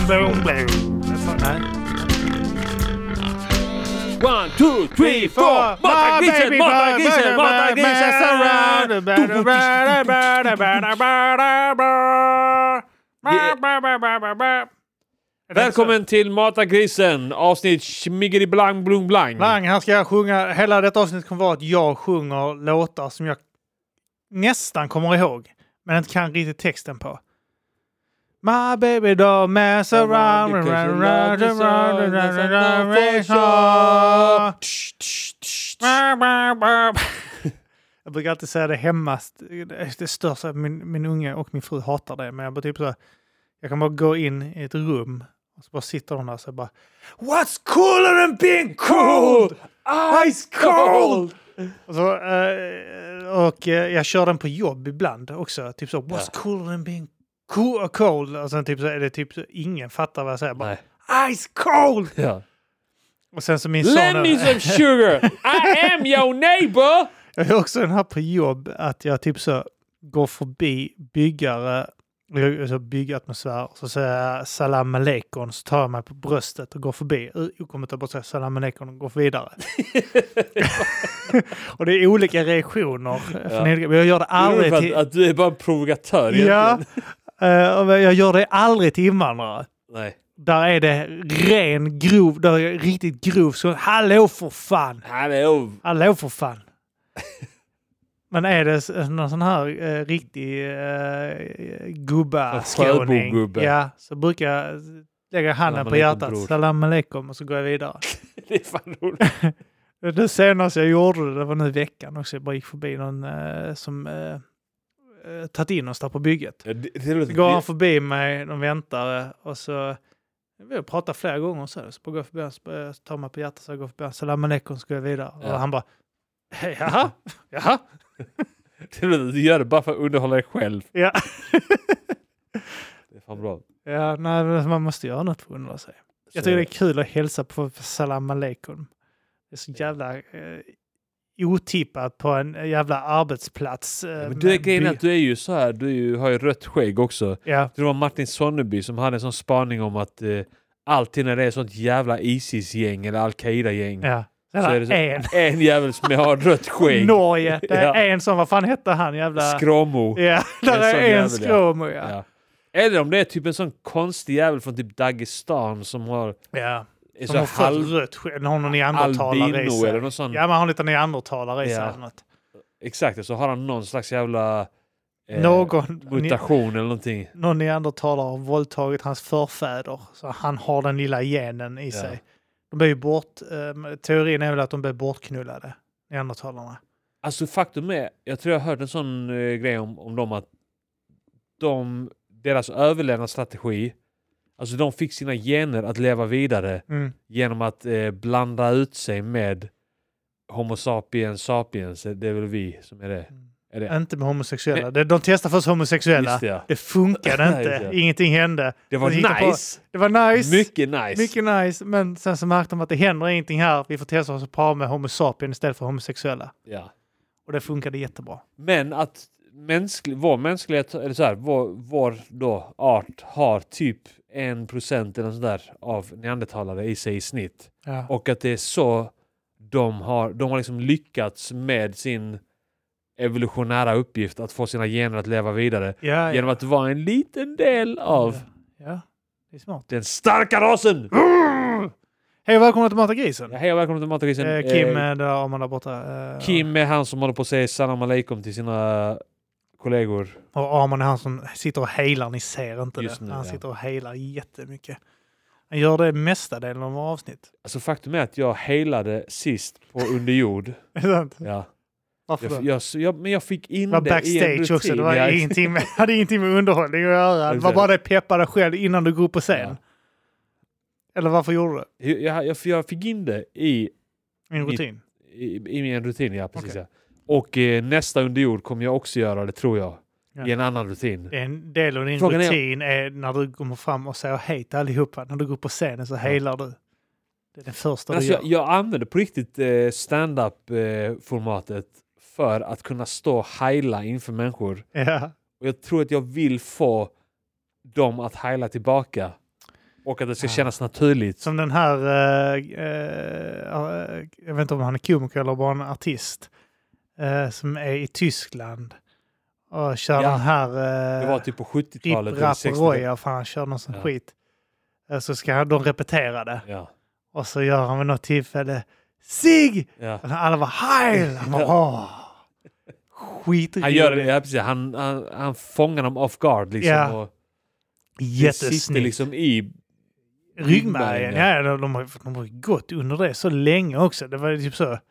boom, boom. Nej. 1, 2, 3, 4. Mata grisen, mata grisen, mata grisen. Välkommen till Mata grisen, avsnitt Schmiggeri blang blung blang. Blang, här ska jag sjunga. Hela detta avsnitt kommer vara att jag sjunger låtar som jag nästan kommer ihåg, men inte kan riktigt texten på. My baby doll mess around Jag brukar alltid säga det hemma. Det stör sig. Min unge och min fru hatar det. Men jag bara typ så. Jag kan bara gå in i ett rum och så bara sitter de där och så bara What's cooler than being cold? Ice cold! Och jag kör den på jobb ibland också. Typ så, what's cooler than being cold? Och sen typ så är det typ så, ingen fattar vad jag säger. Bara, ice cold! Ja. Och sen så min son... Lend me some sugar! I am your neighbor! Jag har också den här på jobb att jag typ så går förbi byggare, så byggatmosfär, så säger jag salam aleikum, så tar jag mig på bröstet och går förbi. Jag kommer ta bort salam aleikum och går vidare. Och det är olika reaktioner. Ja. Jag gör det aldrig till... Att du är bara en provokatör egentligen. Ja, och jag gör det aldrig till invandrare. Nej. Där är det ren grov, där är riktigt grov. Så hallå för fan! Hallå för fan! Men är det någon sån här riktig gubba-skåning, ja, så brukar jag lägga handen på hjärtat. Bror. Salam aleikum och så går jag vidare. Det är fan roligt. Det senaste jag gjorde det var nu i veckan också. Jag bara gick förbi någon som tagit in oss där på bygget. Ja, så går han förbi mig, de väntar och så vi har pratat flera gånger så går jag förbi och tar mig på hjärtat så jag går förbi. Salam aleikum så går jag vidare. Ja. Och han bara jaha. Du gör det bara för att underhålla dig själv. Ja. Det är fan bra. Ja, nej, man måste göra något för att underhålla sig. Jag tycker det är kul att hälsa på salam aleikum. Det är så jävla otippat på en jävla arbetsplats. Men du är grejen att du är ju så här, har ju rött skägg också. Ja. Det var Martin Sonneby som hade en sån spaning om att alltid när det är sånt jävla ISIS-gäng eller Al-Qaida-gäng. Ja. Så är det en jävel som har rött skägg. Norge. Det är en som, vad fan hette han? Jävla... Skråmo. Ja, där är en skråmo, ja. Eller om det är typ en sån konstig jävel från typ Dagestan som har... Ja. Är som så har rött skägg. Har någon neandertalare i sig. Eller någon sån... Ja, man har lite neandertalare i sig. Eller något. Exakt, så har han någon slags jävla... mutation eller någonting. Någon neandertalare har våldtagit hans förfäder. Så han har den lilla genen i sig. De blir teorin är väl att de blir bortknullade, neandertalarna. Alltså faktum är, jag tror jag har hört en sån grej om dem att deras överlevnadsstrategi, alltså de fick sina gener att leva vidare genom att blanda ut sig med Homo sapiens sapiens, det är väl vi som är det. Är det? Inte med homosexuella. De testade först homosexuella. Det funkade inte. Ingenting hände. Det var nice. Det var nice. Mycket nice. Men sen så märkte de att det händer ingenting här. Vi får testa oss att para med homo sapien istället för homosexuella. Ja. Och det funkade jättebra. Men att vår mänsklighet, eller så här, vår då art har typ 1% eller sådär av neandertalare i sig i snitt. Ja. Och att det är så de har liksom lyckats med sin evolutionära uppgift att få sina gener att leva vidare genom att vara en liten del av det är smart. Den starka rasen. Hej och välkomna till Mata grisen. Hej och välkomna till Mata grisen. Kim där man där borta. Kim är han som håller på att säga salam aleikum till sina kollegor. Och Arman är han som sitter och heilar, ni ser inte just det. Nu, han sitter och heilar jättemycket. Han gör det mesta delen av avsnitt. Alltså faktum är att jag heilade sist på underjord. Är det sant? Ja. Varför men jag fick in det backstage i en rutin. Också. Det var hade ingenting med underhållning att göra. Det var bara det peppade själv innan du går upp på scen. Ja. Eller varför gjorde du det? Jag fick in det i min rutin. I min rutin, ja precis. Okay. Ja. Och nästa underjord kommer jag också göra, det tror jag. Ja. I en annan rutin. En del av din rutin är när du kommer fram och säger hej till allihopa. När du går på scenen så heilar du. Det är den första du gör. Jag använder på riktigt stand-up-formatet för att kunna stå och heila inför människor. Ja. Och jag tror att jag vill få dem att heila tillbaka. Och att det ska kännas naturligt. Som den här, jag vet inte om han är komiker eller bara en artist, som är i Tyskland och kör den här det var typ på 70-talet eller 60-talet. Han kör någon sån skit. Så ska de repetera det. Ja. Och så gör han vid något tillfälle Sig! Ja. Och alla var heil! Han var skitroligt. Han gör det, precis. Han fångar dem off guard liksom. Ja. Och jättesnyggt. Det sitter liksom i ryggmärgen. Ja, de har gått under det så länge också. Det var typ så.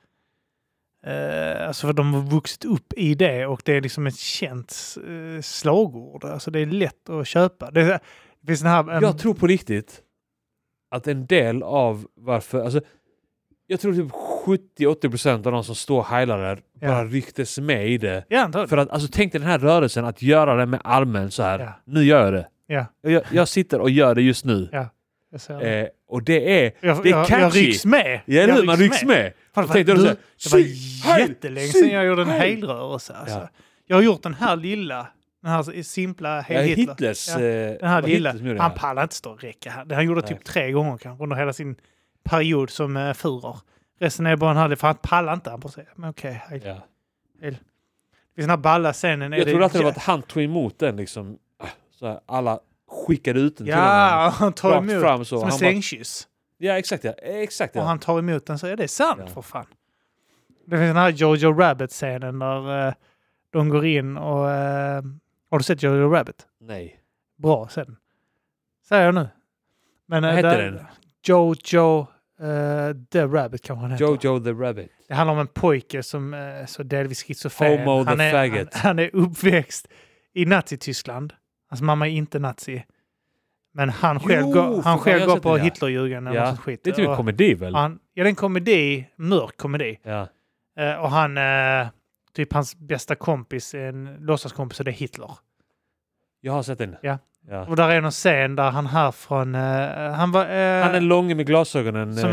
Alltså för de har vuxit upp i det och det är liksom ett känt slagord. Alltså det är lätt att köpa. Det finns den här, jag tror på riktigt att en del av varför, alltså jag tror typ 70-80% av de som står heilar där bara ryktes med i det. Ja, för att, alltså tänk dig den här rörelsen att göra det med armen så här. Ja. Nu gör jag det. Ja. Jag sitter och gör det just nu. Ja. Och det är catchy. Jag rycks med. Ja, man rycks med. Det var jättelänge sedan jag gjorde en helrörelse. Alltså. Jag har gjort den här simpla Hitlers. Den här lilla. Han pallar inte stå och räcka här. Han gjorde typ 3 gånger kanske under hela sin period som Führer. Resten är bara en halv, för han pallar inte. Han bara säger, men okej, hej. Det finns den här balla scenen. Jag tror alltid det var att han tog emot den liksom. Så här, alla skickade ut den till honom. Ja, han tar emot fram, så. som en slängkyss. Ja, exakt. Ja. Och han tar emot den så är det sant för fan. Det finns den här Jojo Rabbit-scenen där de går in och... har du sett Jojo Rabbit? Nej. Bra scen. Säger jag nu. Men, vad heter den? Jojo the Rabbit kanske han heter. Jojo the Rabbit. Det handlar om en pojke som så delvis schizofren. Homo the faggot. Han är uppväxt i Nazi-Tyskland. Hans mamma är inte nazi. Men han själv går på Hitlerjugend eller något skit. Det är typ en komedi väl? Ja, det är en komedi. Mörk komedi. Ja. Och han... typ hans bästa kompis, en låtsaskompis, och det är Hitler. Jag har sett den. Ja. Och där är någon scen där han hör från... han är lång med glasögonen. Som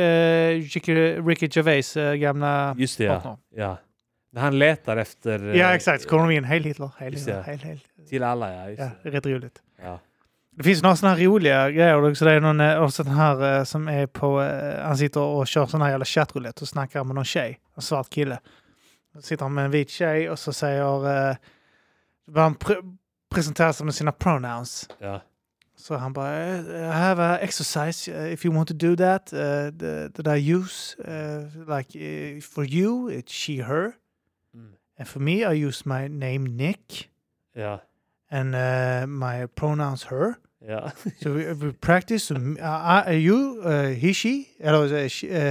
är Ricky Gervais gamla just det, partner. Ja. När han letar efter... ja, exakt. Så kommer de in. Hej Hitler. Hej. Till alla, ja. Just det är rätt roligt. Ja. Det finns några sådana här roliga grejer också. Det är någon också den här som är på... han sitter och kör sån här jävla chattroulette och snackar med någon tjej. En svart kille. Då sitter han med en vit tjej och så säger... han presenterar sig med sina pronouns. Ja. Så han bara... I have a exercise if you want to do that. That I use. Like for you, it's she, her. And for me, I use my name Nick. Ja. And my pronouns her. Ja. So we practice. You, he, she. Eller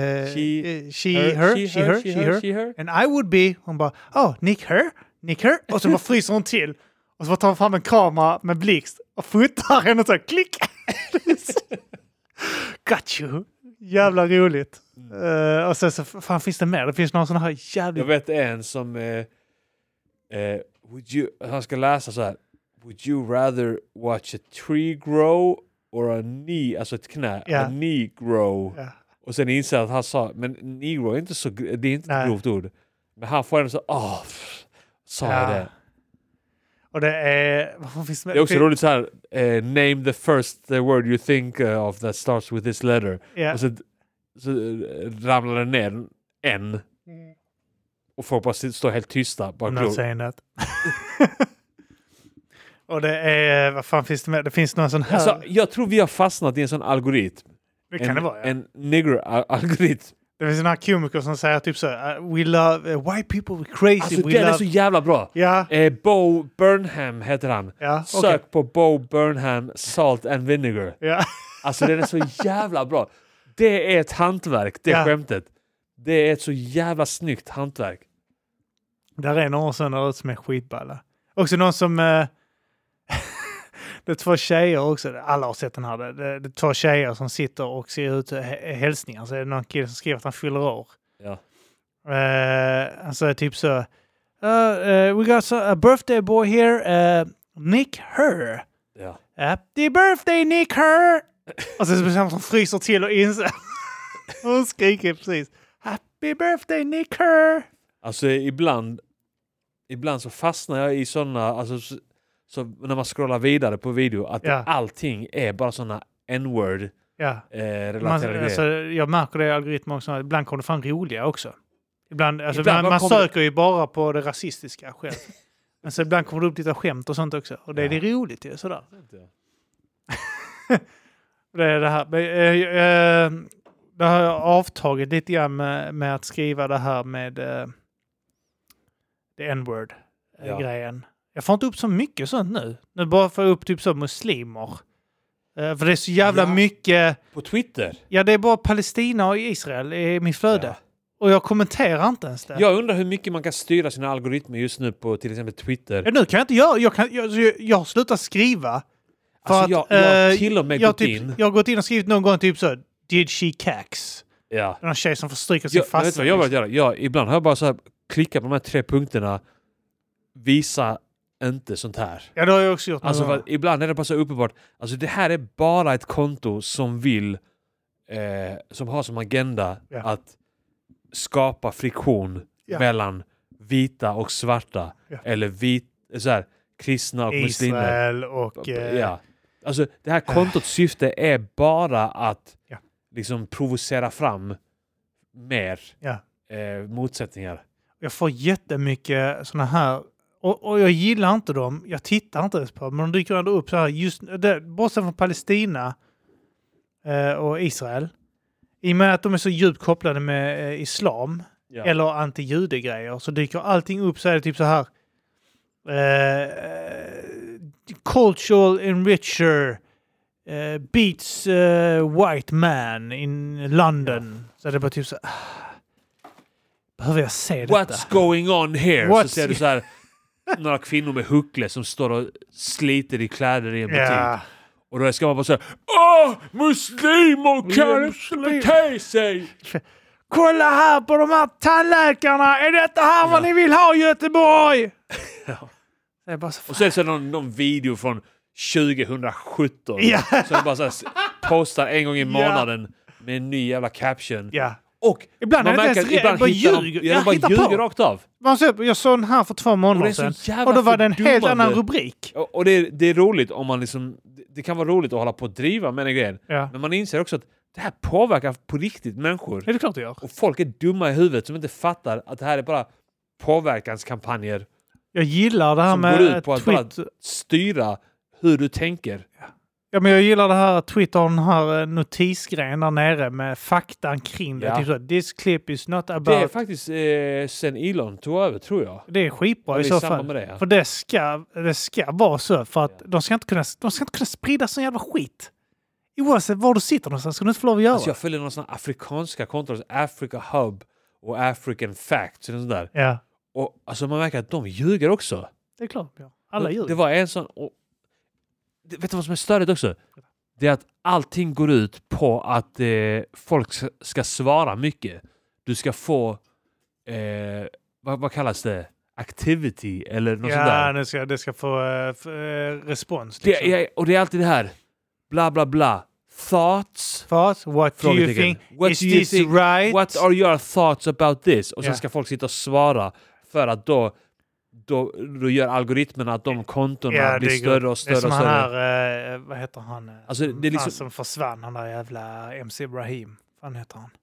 she, her. And I would be... Hon bara, Nick, her. Och så bara fryser hon till. Och så tar han fram en kamera med blixt och fotar henne så här, klick. Got you. Jävla roligt. Och så fan finns det mer? Det finns någon sån här jävligt... Jag vet en som... han ska läsa så här. Would you rather watch a tree grow or a knee, alltså ett knä, a knee grow? Yeah. Och sen inser att han sa, men negro är inte så, det är inte ett grovt ord. Men han får ändå så, sa jag det. Och det är... Det är också roligt så här, name the first word you think of that starts with this letter. Yeah. Och så ramlar det ner en. Och folk bara står helt tysta. Bara not saying that. Och det är... Vad fan finns det med? Det finns någon sån här... Alltså, jag tror vi har fastnat i en sån algoritm. Det kan det vara, ja. En nigger-algoritm. Det finns en här komiker som säger typ så we love white people, we're crazy. Alltså den är så jävla bra. Ja. Bo Burnham heter han. Ja, sök på Bo Burnham Salt and Vinegar. Ja. Alltså den är så jävla bra. Det är ett hantverk, det skämtet. Det är ett så jävla snyggt hantverk. Där är någon sån som är skitballa. Också någon som... det är 2 tjejer också. Alla har sett den här. Det är 2 tjejer som sitter och ser ut hälsningar. Så är det någon kille som skriver att han fyller år. Ja. Alltså typ så. We got a birthday boy here. Nick Her. Ja. Happy birthday Nick Her. Och så bestämmer som fryser till och inser. Hon skriker precis. Happy birthday Nick Her. Alltså ibland så fastnar jag i sådana... Alltså, så när man scrollar vidare på video att allting är bara såna N-word relaterade grejer. Alltså, jag märker det i algoritmer också. Ibland kommer det fram roliga också. Ibland man söker ju bara på det rasistiska själv. Men så ibland kommer det upp lite skämt och sånt också. Och det är det roligt ju, sådär. Det är det här. Det har jag avtagit lite grann med att skriva det här med the N-word-grejen. Jag får inte upp så mycket sånt nu. Nu bara får jag upp typ så muslimer. För det är så jävla mycket... På Twitter? Ja, det är bara Palestina och Israel i min flöde. Ja. Och jag kommenterar inte ens det. Jag undrar hur mycket man kan styra sina algoritmer just nu på till exempel Twitter. Ja, nu kan jag inte göra... Jag har slutat skriva. För alltså att, jag till och med gått in. Jag har gått in och skrivit någon gång typ så... Did she cax? Ja. Den tjej som får stryka sig fast. Jag vet vad jag vill göra. Ibland har jag bara så här klickat på de här 3 punkterna. Visa inte sånt här. Ja, det har jag också gjort. Alltså för ibland är det bara så uppenbart. Alltså det här är bara ett konto som vill som har som agenda att skapa friktion mellan vita och svarta eller så här, kristna och muslimer. Israel och... Alltså det här kontots syfte är bara att liksom provocera fram mer motsättningar. Jag får jättemycket såna här och jag gillar inte dem. Jag tittar inte ens på dem, men de dyker ändå upp så här just bortsett från Palestina och Israel. I och med att de är så djupt kopplade med islam eller anti-judegrejer så dyker allting upp så är det typ så här cultural enricher beats white man in London. Så det är bara typ så behöver jag se detta? What's going on here? Så ser du så här några kvinnor med huckle som står och sliter i kläder i en butik. Och då ska man bara säga muslimer kan inte bete sig. Kolla här på de här tandläkarna. Är detta här vad ni vill ha i Göteborg? Det är bara så och så är det så någon video från 2017 så det bara så här, postar en gång i månaden med en ny jävla caption. Och ibland man märker att ibland ljuger rakt av. Jag såg den här för 2 månader sedan. Och då var det en helt annan rubrik. Och det är roligt om man liksom... Det kan vara roligt att hålla på och driva med den grejen. Men man inser också att det här påverkar på riktigt människor. Det är klart det gör. Och folk är dumma i huvudet som inte fattar att det här är bara påverkanskampanjer. Jag gillar det här med går ut på att bara styra hur du tänker. Ja, men jag gillar det här att Twitter har den här notisgrejen där nere med faktan kring det. Typ så, this clip is not about... Det är faktiskt sen Elon tog över, tror jag. Det är skitbra i så fall. Det, för det ska vara så, för att de ska inte kunna sprida sån jävla skit. Oavsett var du sitter någonstans ska du inte få lov att göra. Alltså jag följer några sådana afrikanska konton, Africa Hub och African Facts och sånt där. Ja. Och alltså man märker att de ljuger också. Det är klart, alla ljuger. Det var en sån... Vet du vad som är störigt också? Det är att allting går ut på att folk ska svara mycket. Du ska få vad kallas det? Activity eller något sånt där. Ja, det ska få respons. Liksom. Och det är alltid det här. Bla bla bla. Thoughts? What do you think? Is this right? What are your thoughts about this? Och sen ska folk sitta och svara för att då gör algoritmerna att de kontona blir större och större. Det är som han här, vad heter han? Alltså, det är liksom... Han som försvann, han där jävla MC Ibrahim. Vad heter han?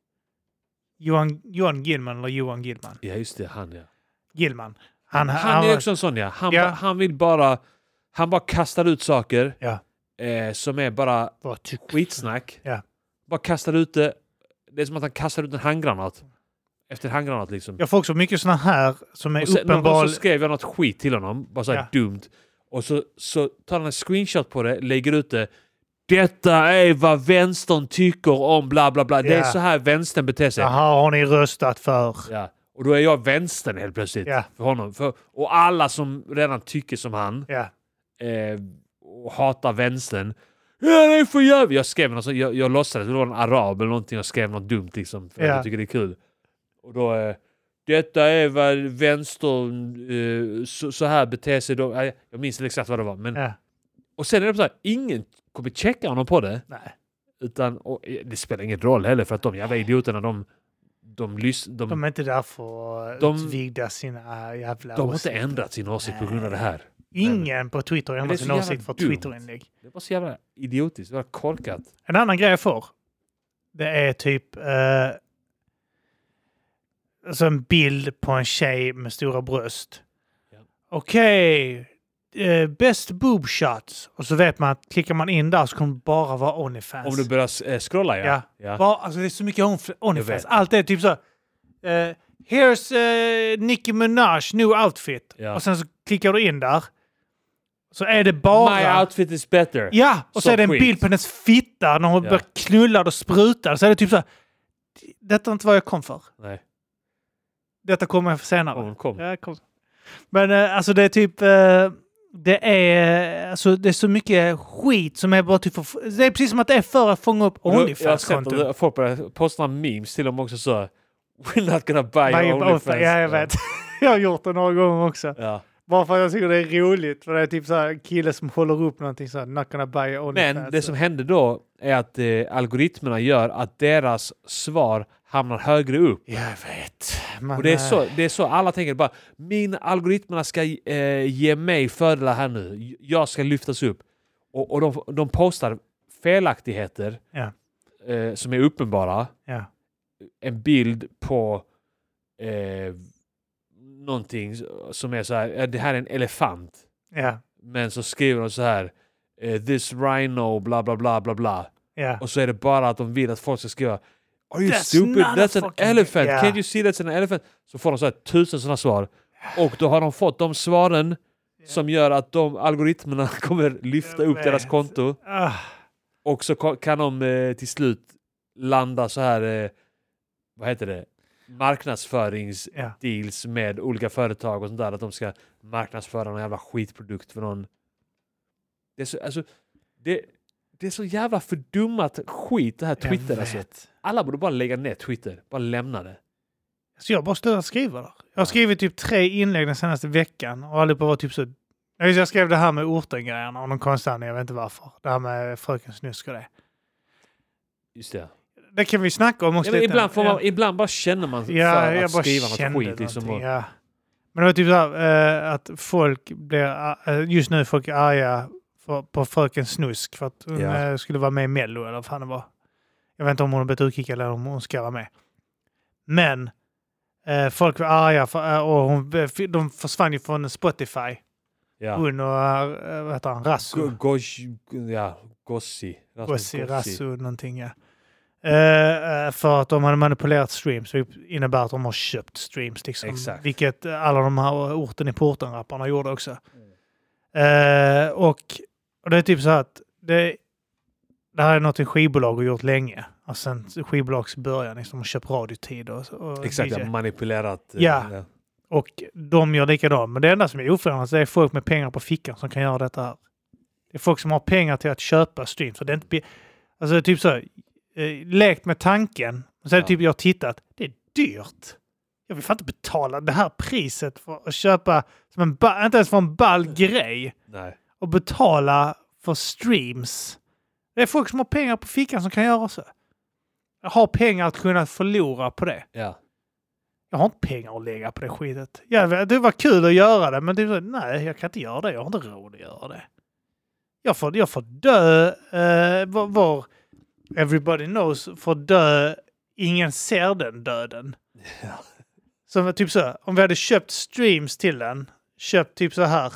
Johan Gillman eller Johan Gillman? Ja, just det, han Gillman. Han är också en sån, Han vill bara... Han bara kastar ut saker som är bara skitsnack. Bara kastar ut det. Det är som att han kastar ut en handgranat. Efter handgranat liksom. Jag får också mycket såna här som är uppenbar... Och så skrev jag något skit till honom. Bara så här dumt. Och så tar han en screenshot på det. Lägger ut det. Detta är vad vänstern tycker om bla bla bla. Det är så här vänstern beter sig. Jaha, har ni röstat för? Ja. Och då är jag vänstern helt plötsligt. För honom. Och alla som redan tycker som han. Och hatar vänstern. Ja, det är för jävligt. Jag skrev något, jag låtsades det var en arab eller någonting. Jag skrev något dumt liksom. För jag tycker det är kul. Och då, detta är vad vänster så här beter sig då. Jag minns inte exakt vad det var. Men, och sen är det så här, ingen kommer checka honom på det. Nej. Utan, det spelar ingen roll heller för att de jävla idioterna, de är inte där för att utvidga sina jävla de har inte ändrat sin åsikt på grund av det här. Ingen på Twitter ändrar sin åsikt för Twitter-inlägg. Det var så jävla idiotiskt. Det var korkat. En annan grej jag får. Det är typ alltså en bild på en tjej med stora bröst. Ja. Okej. Best boob shots. Och så vet man att klickar man in där så kommer det bara vara OnlyFans. Om du börjar scrolla, ja. Alltså det är så mycket OnlyFans. Allt är typ så. Here's Nicki Minaj new outfit. Ja. Och sen så klickar du in där. Så är det bara... My outfit is better. Ja, och så är det en bild på hennes fitta när hon börjar knulla och sprutar. Så är det typ så här, detta är inte vad jag kom för. Nej. Detta kommer jag för senare. Kom. Ja, kom. Men alltså det är typ... det är så mycket skit som är bara typ... Det är precis som att det är för att fånga upp OnlyFans-konton. Jag har sett att folk börjar posta memes till dem också så... We're not gonna buy OnlyFans. Ja, jag vet. Jag har gjort det några gånger också. Ja. Bara för att jag tycker det är roligt. För det är typ så här kille som håller upp någonting så här, not gonna buy OnlyFans. Men det som händer då är att algoritmerna gör att deras svar hamnar högre upp. Jag vet. Men, och det är så alla tänker bara, min algoritmerna ska ge mig fördelar här nu. Jag ska lyftas upp. Och de postar felaktigheter som är uppenbara. Ja. En bild på någonting som är så här, det här är en elefant. Ja. Men så skriver de så här, this rhino bla bla bla bla bla. Ja. Och så är det bara att de vill att folk ska skriva, are you stupid? That's an elephant. Yeah. Can't you see that's an elephant? Så får de så här 1000 sådana svar. Och då har de fått de svaren som gör att de algoritmerna kommer lyfta upp deras konto. Och så kan de till slut landa så här, vad heter det? Marknadsföringsdeals med olika företag och sånt där, att de ska marknadsföra någon jävla skitprodukt för någon. Det är så, alltså, det är så jävla fördummat skit det här Twitter. Alltså. Alla borde bara lägga ner Twitter. Bara lämna det. Så jag bara står och skriver där. Jag har skrivit typ 3 inlägg den senaste veckan och allihopa var typ så... Jag skrev det här med ortengrejerna och någon konstant, jag vet inte varför. Det här med fröken Snusk och det. Just det. Det kan vi snacka om också. Ja, ibland bara känner man för att skriva något skit. Liksom. Ja. Men det var typ så här, att folk blir... just nu är folk arga på fröken Snusk för att hon skulle vara med i Mello eller vad fan det var. Jag vet inte om hon har blivit utkickad eller om hon ska vara med. Men folk var arga och de försvann ju från Spotify. Ja. Hon och vad heter han? Rasu. Gossi, Rasu någonting, ja. För att de hade manipulerat streams, så innebär att de har köpt streams liksom. Exakt. Vilket alla de här orten i porten-rapparna gjorde också. Och det är typ så att det här är något en skivbolag har gjort länge. Alltså sen skivbolags början liksom, har köpt radiotid och exakt, DJ. Manipulerat. Ja. Och de gör likadant. Men det enda som är oförändrat är folk med pengar på fickan som kan göra detta här. Det är folk som har pengar till att köpa streams. Så det är inte... Alltså det är typ så lekt med tanken. Och så är det typ jag har tittat. Det är dyrt. Jag vill fan inte betala det här priset för att köpa som inte ens för en ball grej. Nej. Och betala för streams. Det är folk som har pengar på fickan som kan göra så. Jag har pengar att kunna förlora på det. Ja. Jag har inte pengar att lägga på det skitet. Det var kul att göra det, men det är så, nej, jag kan inte göra det. Jag har inte råd att göra det. Jag får dö var everybody knows får dö. Ingen ser den döden. Ja. Så typ så, om vi hade köpt streams till den, köpt typ så här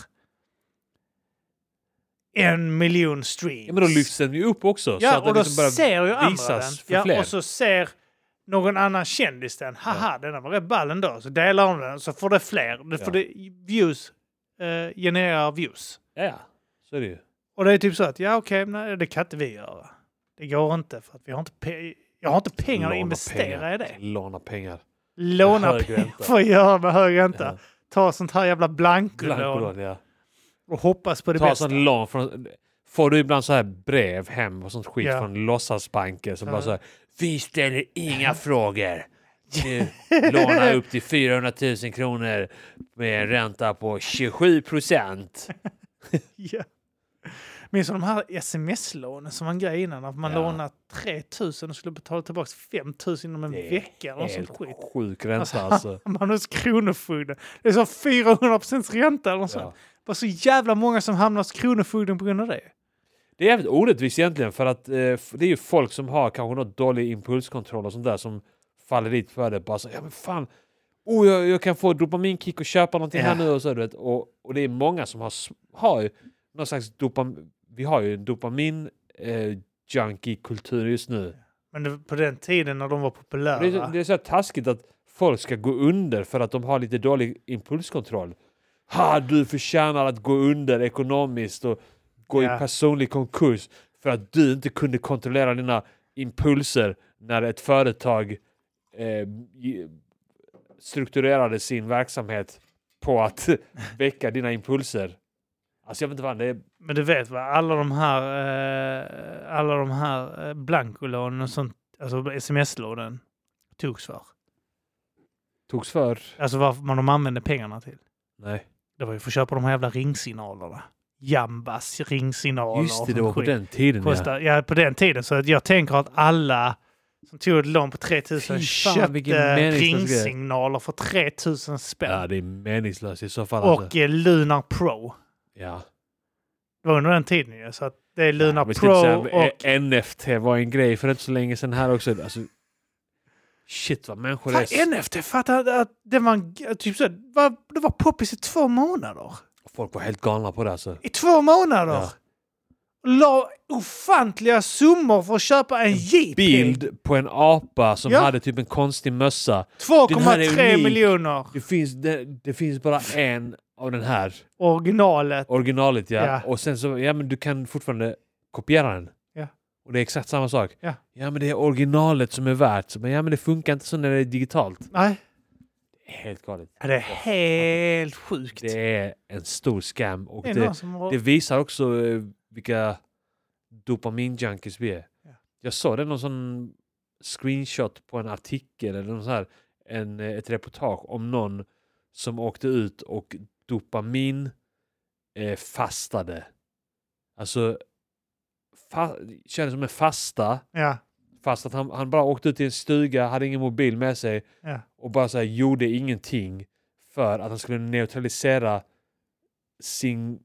1 miljon streams. Ja, men då lyfts den ju upp också. Ja, så att och då liksom ser ju andra den. Ja, och så ser någon annan kändis den. Haha, den var rätt ballen då. Så delar de den, så får det fler. Då får det views, genererar views. Ja, så är det ju. Och det är typ så att, nej, det kan inte vi göra. Det går inte, för att vi har inte jag har inte pengar att investera i det. Låna pengar. Låna pengar för att göra med hög ränta. Ja. Ta sånt här jävla blankolån. Ja. Och hoppas på det bästa. Ta sånt lån från... Får du ibland så här brev hem och sånt skit från låtsasbanker som bara så här, vi ställer inga frågor. Du lånar upp till 400 000 kronor med en ränta på 27%. Ja. Minns du de här sms-lånen som var en grej innan? Att man lånade 3000 och skulle betala tillbaka 5000 inom en vecka. Det är helt sjuk ränta alltså. Man hos Kronofogden. Det är så 400% ränta eller något sånt. Det var så jävla många som hamnar hos Kronofogden på grund av det. Det är jävligt orättvist egentligen för att det är ju folk som har kanske något dålig impulskontroll och sånt där som faller dit för det. Bara så, ja men fan, jag kan få dopaminkick och köpa någonting här nu och så. Du vet. Och det är många som har ju någon slags vi har ju dopamin junkie-kultur just nu. Men på den tiden när de var populära. Det är så taskigt att folk ska gå under för att de har lite dålig impulskontroll. Du förtjänar att gå under ekonomiskt och gå i personlig konkurs för att du inte kunde kontrollera dina impulser när ett företag strukturerade sin verksamhet på att väcka dina impulser. Alltså jag vet inte vad det är. Men du vet vad, alla de här blankolånen och sånt, alltså sms-lånen togs för. Alltså vad de använde pengarna till. Nej. Det var ju för att köpa de här jävla ringsignalerna. Jambas ringsignaler. Just det, var på den tiden. Ja, på den tiden. Så att jag tänker att alla som tog ett lån på 3000 köpte ringsignaler för 3000 spänn. Ja, det är meningslöst i så fall. Och Lunar Pro. Ja. Det var under den tiden ju. Så att det är Lunar Pro och... NFT var en grej för inte så länge sedan här också. Alltså, shit vad människor är... NFT, fattar att det var typ så, det var poppis i 2 månader. Folk var helt galna på det alltså. I 2 månader? Ja. La ofantliga summor för att köpa en JPEG. Bild på en apa som hade typ en konstig mössa. 2,3 miljoner. Det finns bara en av den här. Originalet, ja. Och sen så, men du kan fortfarande kopiera den. Ja. Och det är exakt samma sak. Ja. Men det är originalet som är värt. Men det funkar inte så när det är digitalt. Nej. Det är helt galet. Ja, det är helt sjukt. Det är en stor scam. Och det visar också vilka dopamin-junkies vi är. Ja. Jag såg det någon sån screenshot på en artikel eller någon så här, ett reportage om någon som åkte ut och dopamin fastade. Alltså kändes som en fasta. Ja. Fast att han bara åkte ut i en stuga, hade ingen mobil med sig och bara så här, gjorde ingenting för att han skulle neutralisera sin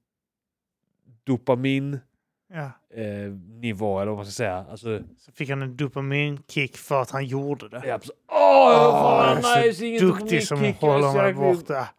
dopamin nivå eller vad man ska säga. Alltså, så fick han en dopaminkick för att han gjorde det. Ja, vad nice, ingen duktig som håller mig borta.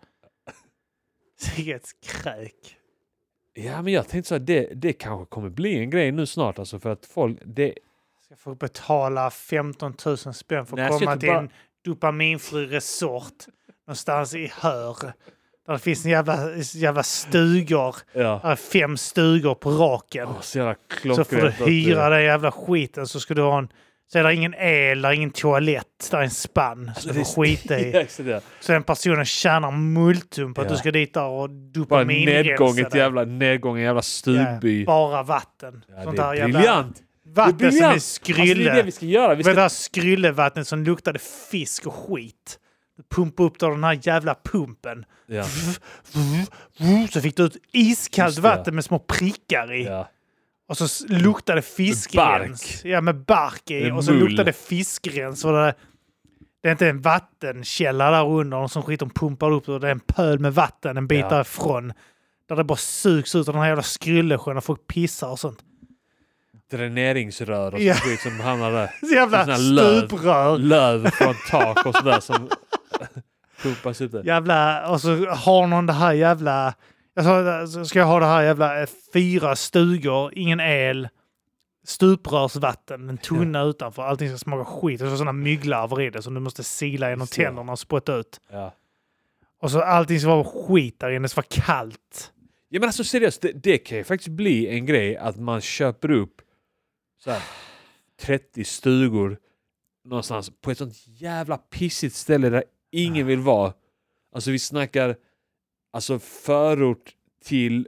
Siget kräk. Ja, men jag tänkte så att det kanske kommer bli en grej nu snart alltså, för att folk ska få betala 15 000 spänn för att komma till en dopaminfri resort någonstans i Hör. Där det finns en jävla stugor. Ja. Där är 5 stugor på raken. Så får du hyra den jävla skiten. Så ska du ha så är det ingen el, där är ingen toalett, där är en spann. Så du får skita i. Så den personen tjänar multum på att du ska dit där och dopaminrensa dig. Nedgången jävla stugby. Bara vatten. Ja, sånt det är briljant. Vatten som är skrylle. Alltså, det är det vi ska göra. Det där skryllevattnet som luktade fisk och skit. Du pumpade upp den här jävla pumpen. Ja. Så fick du ut iskallt vatten med små prickar i. Ja. Och så luktade fiskrens. Ja, med bark i. Och så luktade fiskrens. Och det är inte en vattenkälla där under som skit de pumpar upp. Och det är en pöl med vatten en bit därifrån. Där det bara sugs ut av den här jävla skryllesjön och folk pissar och sånt. Dräneringsrör och skit som hamnar där. Så jävla stuprör. Löv från tak och sådär som pumpas ut där. Jävla, och så har någon det här jävla... Så ska jag ha det här jävla 4 stugor, ingen el, stuprörsvatten, en tunna utanför, allting ska smaka skit. Och så sådana mygglarver i det som du måste sila genom tänderna och spotta ut. Ja. Och så allting ska vara skit där inne, det ska vara kallt. Ja men alltså seriöst, det kan ju faktiskt bli en grej att man köper upp så här 30 stugor någonstans på ett sånt jävla pissigt ställe där ingen vill vara. Alltså vi snackar alltså förort till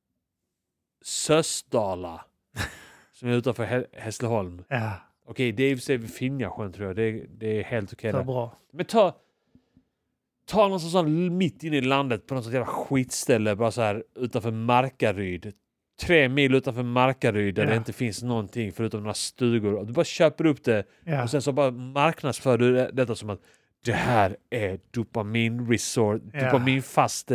Sösdala som är utanför Hässleholm. Ja. Okej, det är i och för sig vid Finjasjön tror jag. Det är helt okej. Så bra. Men ta någonstans sån mitt inne i landet på något sånt jävla skitställe bara så här utanför Markaryd. 3 mil utanför Markaryd där det inte finns någonting förutom några stugor. Du bara köper upp det och sen så bara marknadsför du detta som att det här är dopamin-resort. Dopamin-fast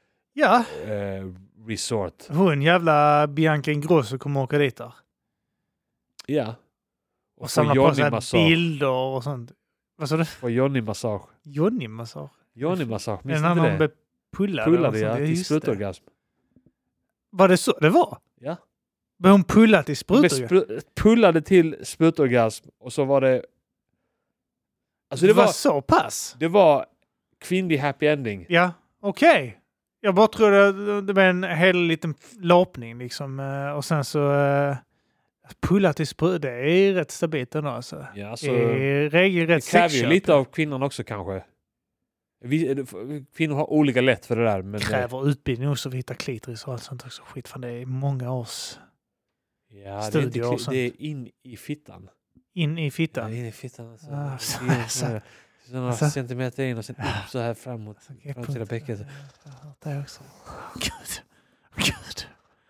resort. Hon jävla Bianca Ingrosso kommer åka dit där. Ja. Och samla på sig bilder och sånt. Vad sa du? Och Johnny-massage. Johnny-massage? Johnny-massage, minns inte det? Pullade till sprutorgasm. Var det så det var? Ja. Men hon pullade till sprutorgasm? Pullade till sprutorgasm och så var det... Alltså det var så pass? Det var kvinnlig happy ending. Ja, okej. Jag bara trodde det var en hel liten lapning liksom. Och sen så... pulla till sprut, det är rätt stabilt ändå alltså. Ja, alltså det kräver ju lite av kvinnan också kanske. Kvinnor har olika lätt för det där. Men kräver utbildning också för att hitta klitoris och allt sånt också. Skit, fan det är många års studier och sånt. Det är in i fittan. In i fittan? Ja, in i fittan. Alltså. Några centimeter in och sen upp så här framåt. Framtida bäcket. Det är också. Gud.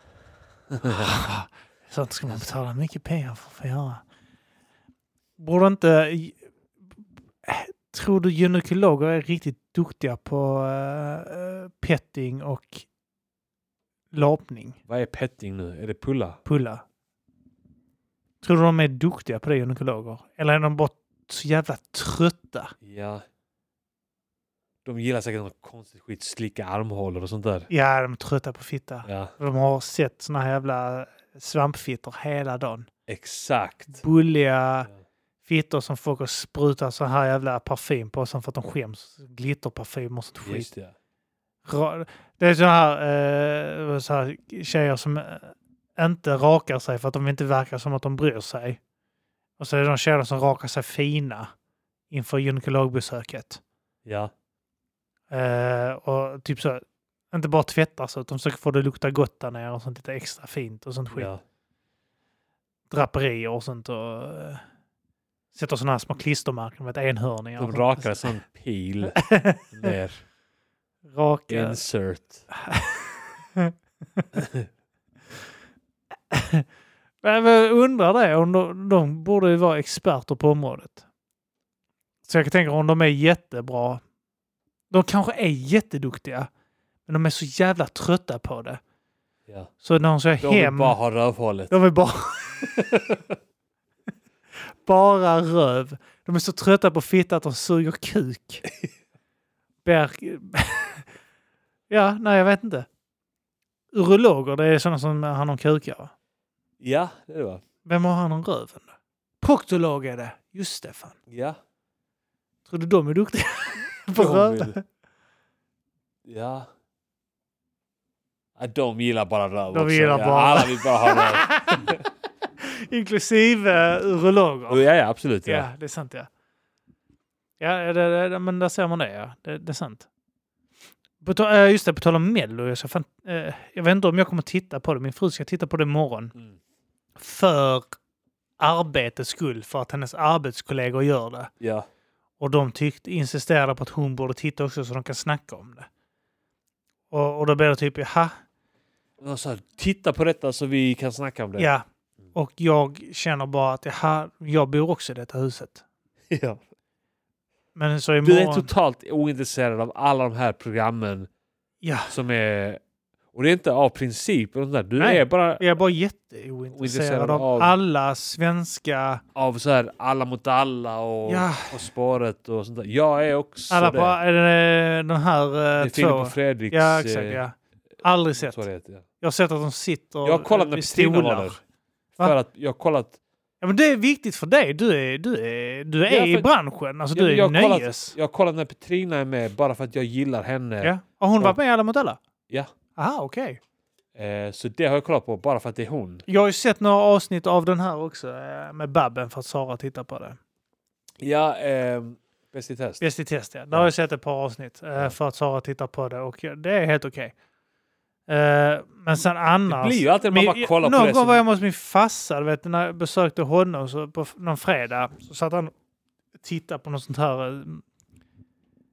Sånt ska man betala mycket pengar för att göra. Borde inte... Tror du gynekologer är riktigt duktiga på petting och lapning? Vad är petting nu? Är det pulla? Pulla. Tror du de är duktiga på det, gynekologer? Eller är de bara så jävla trötta? Ja. De gillar säkert något konstigt skit, slicka armhålor och sånt där. Ja, de är trötta på fitta. Ja. De har sett såna här jävla svampfittor hela dagen. Exakt. Bulliga fittor som folk har sprutat så här jävla parfym på som för att de skäms. Glitterparfym och sånt skit. Just det. Det är så här tjejer som inte rakar sig för att de inte verkar som att de bryr sig. Och så är det de tjejer som rakar sig fina inför gynekologbesöket. Ja. Och typ så, inte bara tvättar så, utan försöker få det lukta gott där nere och sånt lite extra fint och sånt skit. Ja. Draperier och sånt och sätter sådana här små klistermärken med ett enhörningar. De rakar en sån pil ner. Raka. Insert. Jag undrar det, om de borde ju vara experter på området. Så jag kan tänka om de är jättebra. De kanske är jätteduktiga, men de är så jävla trötta på det. Ja. Så när de ska de vill bara ha rövhållet. De vill bara... bara röv. De är så trötta på fitta att de suger kuk. Ja, nej jag vet inte. Urologer, det är sådana som har någon kukar, va? Ja, det är det, va? Vem har hand om röven då? Proktolog är det. Just det, fan. Ja. Tror du de är duktiga på röven? Ja. De gillar bara röv de också. Gillar bara... Alla vill bara ha röv. Inklusive urologer. Ja, absolut. Ja, det är sant, ja. Ja, men där ser man det, ja. Det är sant. Just det, på tal om Mello. Jag vet inte om jag kommer titta på det. Min fru ska titta på det imorgon. Mm. För arbetets skull. För att hennes arbetskollegor gör det. Ja. Och de insisterade på att hon borde titta också så de kan snacka om det. Och då blir det typ, jaha. Alltså, titta på detta så vi kan snacka om det. Ja. Och jag känner bara att jag bor också i detta huset. Ja. Men så imorgon... Du är totalt ointresserad av alla de här programmen. Ja. Som är... Och det är inte av princip. Du Nej, är bara... Jag är bara jätteointresserad av alla svenska... Av så här Alla mot alla och spåret och sånt där. Jag är också alla det. Är det de här det är Filip och Fredriks... Ja, exakt, ja. Aldrig sett. Ja. Jag har sett att de sitter jag har kollat när Petrina var där. För att jag har kollat... Ja, men det är viktigt för dig. Du är i branschen. Alltså du är nöjes. Jag har kollat när Petrina är med bara för att jag gillar henne. Ja. Har hon varit med i Alla mot alla? Ja. Aha, okej. Så det har jag kollat på bara för att det är hon. Jag har ju sett några avsnitt av den här också med Babben för att Sara tittar på det. Ja, Bäst i test. Bäst i test, ja. Där har jag sett ett par avsnitt för att Sara tittar på det och det är helt okej. Men sen annars... Det blir ju alltid när man bara kollar på det. Någon gång var jag hos min farsa, vet, när jag besökte honom så på någon fredag så satt han och tittade på något sånt här...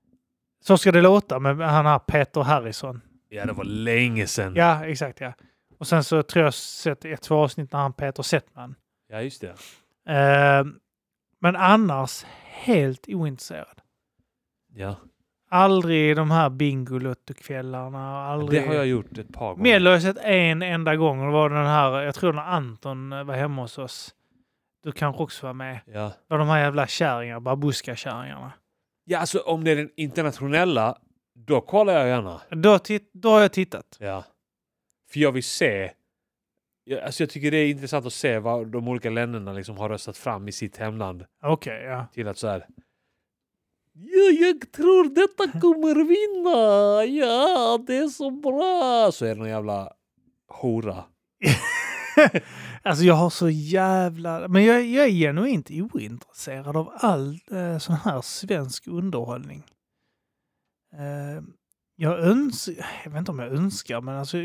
Så ska det låta med han här Peter Harrison. Ja, det var länge sedan. Ja, exakt, ja. Och sen så tror jag sett 1-2 avsnitt när han Peter Settman. Ja, just det. Men annars helt ointresserad. Ja. Aldrig de här Bingolotto-kvällarna. Aldrig... Det har jag gjort ett par gånger. Med har jag sett en enda gång. Det var den här, jag tror när Anton var hemma hos oss. Du kanske också var med. Ja. Det var de här jävla kärringar, babuska-kärringarna. Ja, alltså om det är den internationella, då kollar jag gärna. Då har jag tittat. Ja. För jag vill se. Alltså jag tycker det är intressant att se vad de olika länderna liksom har röstat fram i sitt hemland. Okej, ja. Till att så här. Ja, jag tror detta kommer vinna. Ja, det är så bra. Så är det någon jävla hora. Alltså jag har så jävla... Men jag är genuint ointresserad av all sån här svensk underhållning. Jag vet inte om jag önskar, men alltså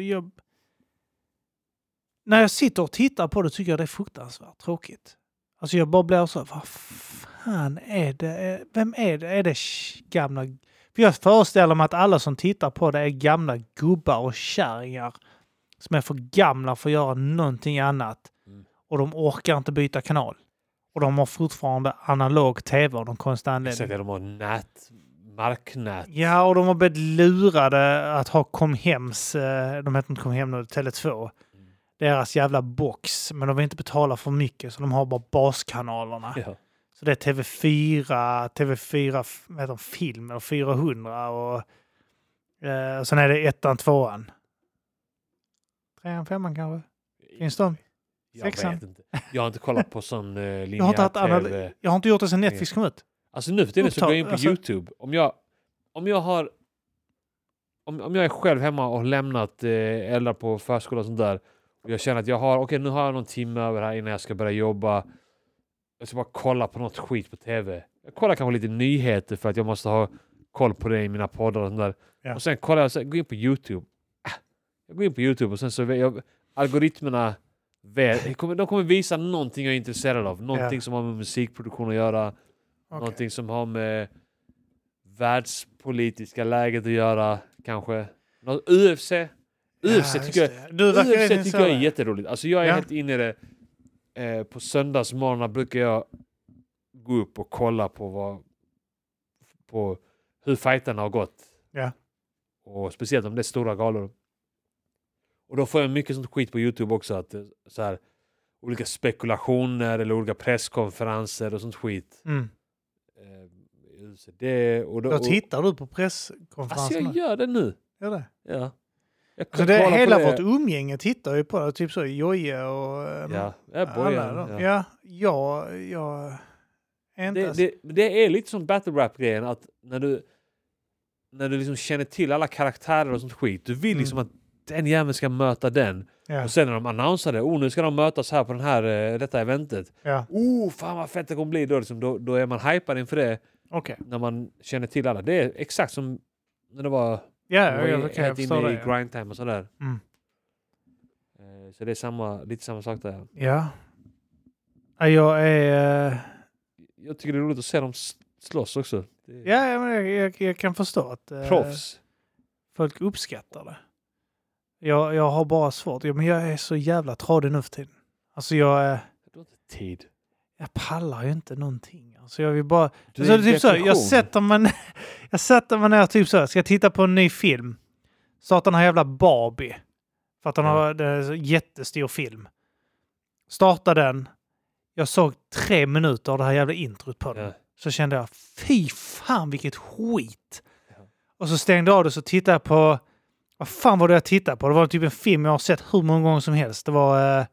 när jag sitter och tittar på det tycker jag det är fruktansvärt tråkigt. Alltså jag bara blir så, vad fan är det? Vem är det? Är det gamla... För jag föreställer mig att alla som tittar på det är gamla gubbar och kärringar som är för gamla för att göra någonting annat. Och de orkar inte byta kanal. Och de har fortfarande analog tv av de konstiga anledningarna. De har marknät. Ja, och de har blivit lurade att ha Comhems, de heter inte Comhem nu, Tele2. Deras jävla box. Men de vill inte betala för mycket så de har bara baskanalerna. Ja. Så det är TV4 vad heter film och 400 och sen är det 1:an, 2:an. 3:an, 5:an kanske? Finns de? 6:an? Jag vet inte. Jag har inte kollat på sån linjär TV. Jag har inte gjort det sen Netflix kom ut. Alltså nu för tiden så går jag in på YouTube. Om jag är själv hemma och har lämnat eldar på förskola och sånt där. Och jag känner att nu har jag någon timme över här innan jag ska börja jobba. Jag ska bara kolla på något skit på tv. Jag kollar kanske lite nyheter för att jag måste ha koll på det i mina poddar och sånt där. Ja. Och sen kollar jag, går in på YouTube. Jag går in på YouTube och sen så algoritmerna de kommer visa någonting jag är intresserad av. Någonting som har med musikproduktion att göra. Okay. Någonting som har med världspolitiska läget att göra kanske. UFC tycker jag är jätteroligt. Alltså jag är helt inne i det. På söndagsmorgnar brukar jag gå upp och kolla på hur fighterna har gått. Ja. Och speciellt om det är stora galor. Och då får jag mycket sånt skit på YouTube också. Att så här, olika spekulationer eller olika presskonferenser och sånt skit. Då tittar du på presskonferenserna? Alltså jag gör det nu. Gör det? Ja. Så det hela vårt umgänge tittar ju på det. Typ så Joje och Bojan. Jag är inte... Det är lite som battle rap-grejen att när du liksom känner till alla karaktärer och sånt skit, du vill liksom att den jäveln ska möta den. Ja. Och sen när de annonserar det, nu ska de mötas här på detta eventet. Ja. Fan vad fett det kommer bli. Då är man hypad inför det. Okay. När man känner till alla. Det är exakt som när det var helt inne i grindtime och sådär. Så det är lite samma sak där. Ja. Jag tycker det är roligt att se dem slåss också. Ja, men jag kan förstå att proffs. Folk uppskattar det. Jag har bara svårt. Men jag är så jävla tradig nu för tiden. Alltså jag har inte tid. Jag pallar ju inte någonting. Alltså jag vill bara... Alltså typ så, jag sätter mig ner typ så. Ska jag titta på en ny film? Starta den här jävla Barbie. För att den har en jättestor film. Starta den. Jag såg 3 minuter av det här jävla introt på den. Ja. Så kände jag, fy fan vilket skit. Ja. Och så stängde jag av det så tittade jag på... Vad fan var det jag tittade på? Det var typ en film jag har sett hur många gånger som helst. Det var...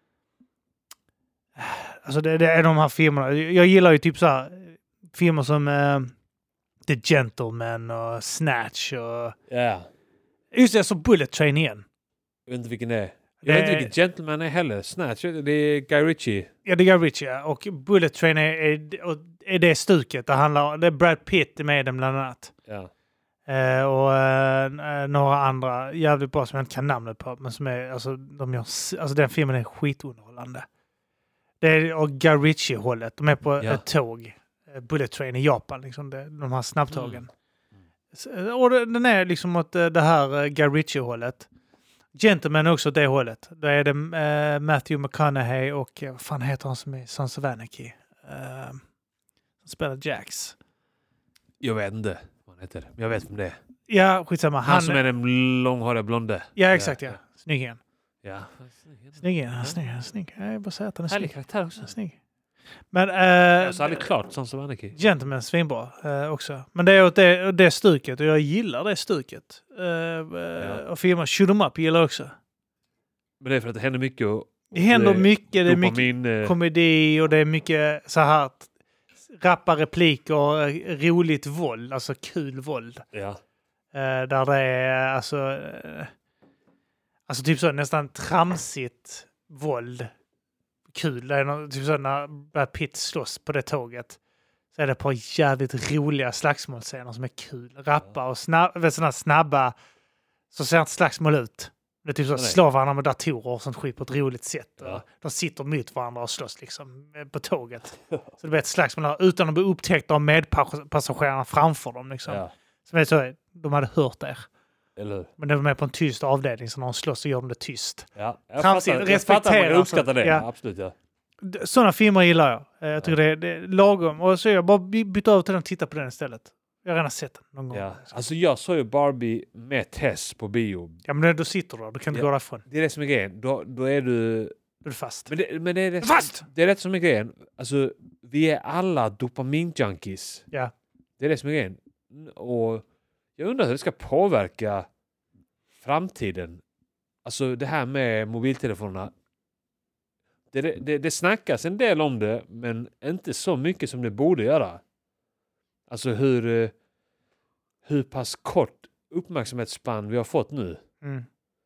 Alltså det är de här filmerna. Jag gillar ju typ så här filmer som The Gentleman och Snatch och... Ja. Just det, så Bullet Train igen. Jag vet inte vilken det är. Jag vet inte vilken Gentleman är heller. Snatch, det är Guy Ritchie. Ja, det är Guy Ritchie, ja. Och Bullet Train är det stuket. Det är Brad Pitt med dem bland annat. Ja. Och några andra jävligt bra som jag inte kan namnet på. Men som är, alltså den filmen är skitunderhållande. Det är och Guy Ritchie-hållet. De är på ett tåg. Bullet Train i Japan. Liksom de här snabbtågen. Och den är liksom åt det här Guy Ritchie-hållet. Gentleman också det hållet. Då är det Matthew McConaughey och vad fan heter han som är Sons of Anarchy? Som spelar Jax. Jag vet inte vad han heter. Jag vet vem det är. Ja, skitsamma. Han som är den långhåriga blonde. Ja, exakt. Ja. Snygg igen. Ja. Snygg. Jag bara säger att han är härlig snygg. karaktär också. Snygg. Men så hade klart Sons of Anarchy. Gentleman svinbra också. Men det är åt det stuket och jag gillar det stuket. Och filmer Shoot 'em Up gillar också. Men det är för att det händer mycket. Det händer mycket. Det är mycket komedi och det är mycket så här rappa repliker och roligt våld. Alltså kul våld. Ja. Där det är alltså typ så nästan tramsigt våld. Kul. Det är typ så när Brad Pitt slåss på det tåget. Så är det ett par jävligt roliga slagsmålscener som är kul. Rappa och sådana snabba så ser inte slagsmål ut. Det är typ så slår varandra med datorer och sånt skit på ett roligt sätt. Ja. De sitter mot varandra och slåss liksom på tåget. Så det blir ett slagsmål utan att bli upptäckta av medpassagerarna framför dem liksom. Ja. Som är så, de hade hört det. Eller? Men det var med på en tyst avdelning så när de slåss så gör de det tyst. Ja, jag fattar man uppskattar det. Ja. Absolut, ja. Sådana filmer gillar jag. Jag tycker det är lagom. Och så jag bara bytt över till den och titta på den istället. Jag har redan sett den någon gång. Ja. Alltså jag såg ju Barbie med Tess på bio. Ja, men då sitter du. Du kan inte gå därifrån. Det är det som är grejen. Då är du... Då är du fast. Men det är det fast! Det är det som är grejen. Alltså, vi är alla dopamin-junkies. Ja. Det är det som är grejen. Och jag undrar hur det ska påverka framtiden. Alltså det här med mobiltelefonerna. Det snackas en del om det, men inte så mycket som det borde göra. Alltså hur pass kort uppmärksamhetsspann vi har fått nu. Mm.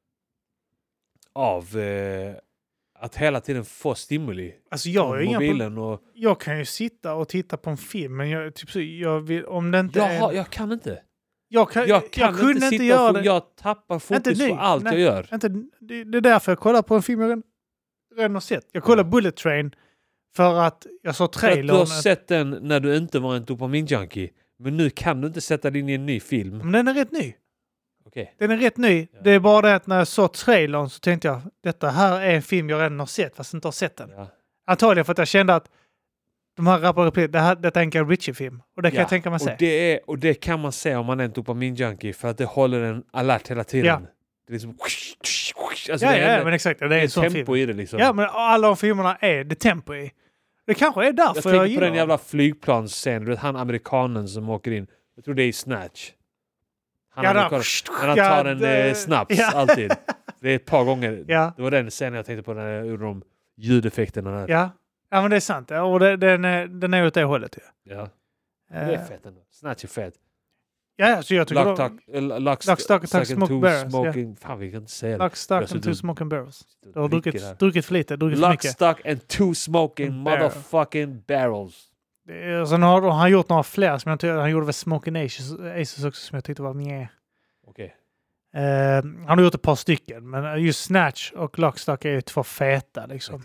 Av att hela tiden få stimuli. Alltså jag kan ju sitta och titta på en film, men jag vill, om det inte jag kan inte. Jag kunde inte göra det. Jag tappar fokus på allt jag gör. Det är därför jag kollar på en film jag redan har sett. Jag kollar Bullet Train för att jag såg trailern. Du har sett den när du inte var en dopamin-junkie. Men nu kan du inte sätta dig in i en ny film. Men den är rätt ny. Okay. Den är rätt ny. Ja. Det är bara det att när jag såg trailern så tänkte jag detta här är en film jag redan har sett fast inte har sett den. Ja. Antagligen för att jag kände att de här rapporterna, detta är en Guy Ritchie-film. Och det kan jag tänka mig se. Och det kan man säga om man är en dopamin-junkie för att det håller en alert hela tiden. Ja. Det är liksom... Alltså men exakt. Det är en sån tempo film. I det liksom. Ja, men alla de filmerna är det tempo i. Det kanske är därför jag tänker på den jävla flygplansscenen. Du vet han amerikanen som åker in. Jag tror det är i Snatch. Han tar en snaps alltid. Det är ett par gånger. Ja. Det var den scenen jag tänkte på när jag gjorde de ljudeffekterna där. Ja, men det är sant. Och den är åt det hållet. Ja. Det är fett ändå. Snatch är fett. Ja, så jag tycker Lock, Stock and Two Smoking... Fan, vi kan inte säga det. Lock, Stock and Two Smoking Barrels. Du har druckit för lite, druckit för Lock, mycket. Stock and Two Smoking motherfucking Barrels. Sen har han gjort några fler som jag tycker, han gjorde väl Smoking Aces också som jag tyckte var mjä. Okej. Han har gjort ett par stycken, men just Snatch och Lock, Stock är ju två feta liksom.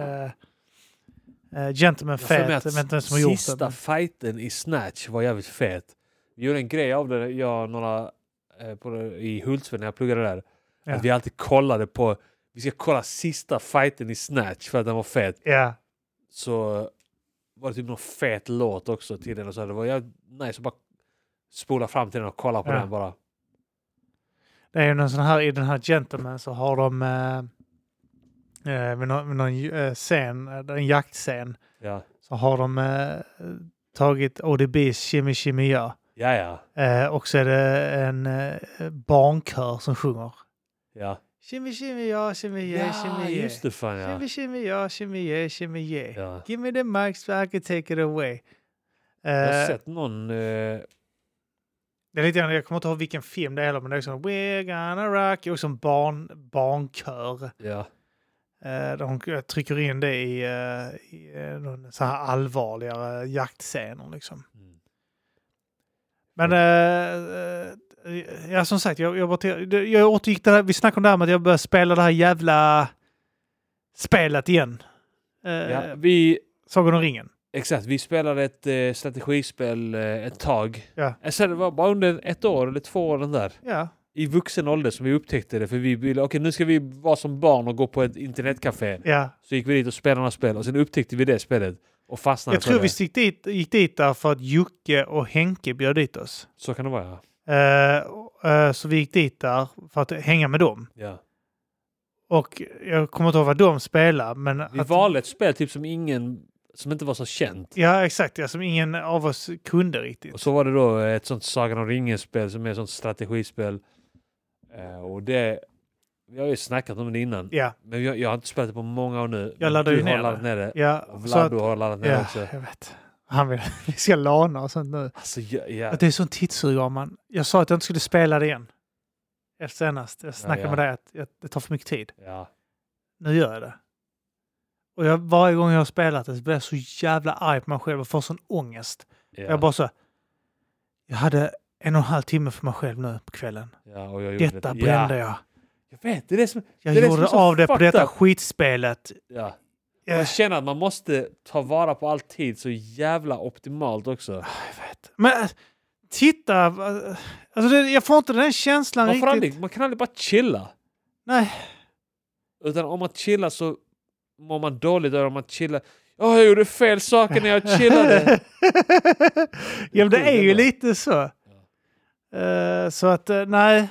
Gentleman fet. Jag vet inte som har gjort det. Sista fighten i Snatch var jävligt fet. Vi gjorde en grej av det, i Hultsfred när jag pluggade där. Ja. Att vi alltid kollade på, vi ska kolla sista fighten i Snatch för att den var fet. Ja. Så var det typ någon fet låt också till den och så. Det var nice att bara spola fram till den och kolla på den bara. Det är ju någon sån här, i den här Gentleman så har de med någon scen, en jaktscen. Ja. Så har de tagit ODB's Shimmy Shimmy Ja. Ja. Och så är det en barnkör som sjunger. Ja. Shimmy Shimmy Ja, Shimmy Yeah, Shimmy Yeah. Just det fan, ja. Shimmy Shimmy Ja, Shimmy Yeah, Shimmy Yeah. Ja. Give me the mic so I can take it away. Jag har sett någon... Det är lite grann, jag kommer inte ihåg vilken film det är, men det är som We're gonna rock, och som barnkör. Ja. De trycker in det i någon så här allvarligare jaktscener liksom. Mm. Men ja, som sagt, jag återgick det här, vi snackade om det här med att jag började spela det här jävla spelet igen. Sagan om ringen. Exakt, vi spelade ett strategispel ett tag. Ja. Alltså, det var bara under 1 år eller 2 år den där. Ja. i vuxen ålder som vi upptäckte det. För vi ville, okej, nu ska vi vara som barn och gå på ett internetcafé. Ja. Så gick vi dit och spelade några spel. Och sen upptäckte vi det spelet. Och fastnade. Jag tror vi gick dit där för att Jocke och Henke bjöd dit oss. Så kan det vara, ja. Så vi gick dit där för att hänga med dem. Ja. Och jag kommer inte ihåg vad de spelar. Men vi valde ett spel typ som inte var så känt. Ja, exakt. Ja, som ingen av oss kunde riktigt. Och så var det då ett sånt Sagan om ringen-spel som är ett sånt strategispel. Och det... Vi har ju snackat om det innan. Ja. Men jag har inte spelat det på många år nu. Jag laddade ner det. Ja, och Vlado har laddat ner det också. Jag vet. Han vill vi ska lana och sånt nu. Alltså, ja. Att det är sån tidssugar, man. Jag sa att jag inte skulle spela det igen. Efter senast. Jag snackade med dig att det tar för mycket tid. Ja. Nu gör jag det. Och varje gång jag har spelat det så blir jag så jävla arg på mig själv och får sån ångest. Ja. Jag bara så... Jag hade 1,5 timme för mig själv nu på kvällen. Ja, och jag gjorde Detta brände jag. Jag vet, det är det som... Jag gjorde av det på detta skitspelet. Ja. Jag känner att man måste ta vara på all tid så jävla optimalt också. Jag vet. Men titta... Alltså jag får inte den känslan riktigt. Man kan aldrig bara chilla. Nej. Utan om man chillar så mår man dåligt. Om man chillar... jag gjorde fel saker när jag chillade. Ja, men det är ju lite så. Så att, nej.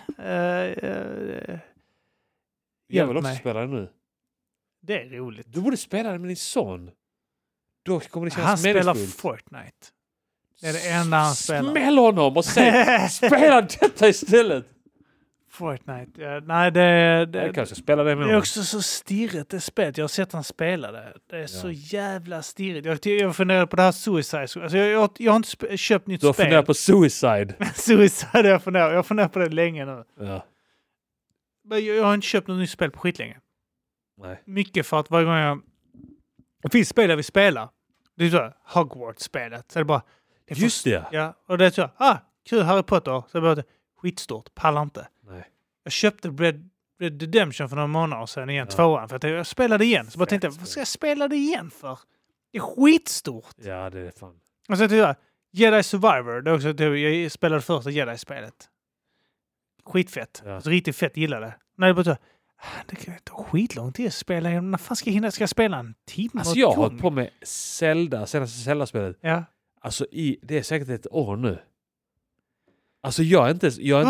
Jag vill också spela det nu. Det är roligt. Du borde spela det med din son. Då kommer det kännas han spelar meningsfullt. Fortnite. Det är det enda han spelar. Smäll honom och säg spela detta istället. Fortnite. Ja, nej, jag kanske spelar det med honom. Det är också så stirrigt det spelet. Jag har sett han spela det. Det är så jävla stirrigt. Jag funderar på det här Suicide. Alltså jag har inte köpt nytt spel. Du har funderat på Suicide? Suicide jag funderar på det länge nu. Ja. Men jag har inte köpt något nytt spel på skitlänge. Nej. Mycket för att varje gång det finns spel jag vill spela. Det är så Hogwarts-spelet. Så det är bara... Just det. Ja, och det är så kul Harry Potter. Så det är bara skitstort. Pallar inte. Nej. Jag köpte Red Redemption för några månader sedan igen. 2:an. För att jag spelade igen. Så bara tänkte vad ska jag spela det igen för? Det är skitstort. Ja, det är fan. Och så tänkte jag, Jedi Survivor. Det är också, jag spelade första Jedi-spelet. Skitfett. Ja. Alltså, riktigt fett, gillade. Nej, det bara så, det kan ta skitlång tid att spela. När fan ska jag hinna? Ska jag spela en timme? Alltså jag har hållit på med senaste Zelda-spelet. Ja. Alltså det är säkert ett år nu. Alltså jag har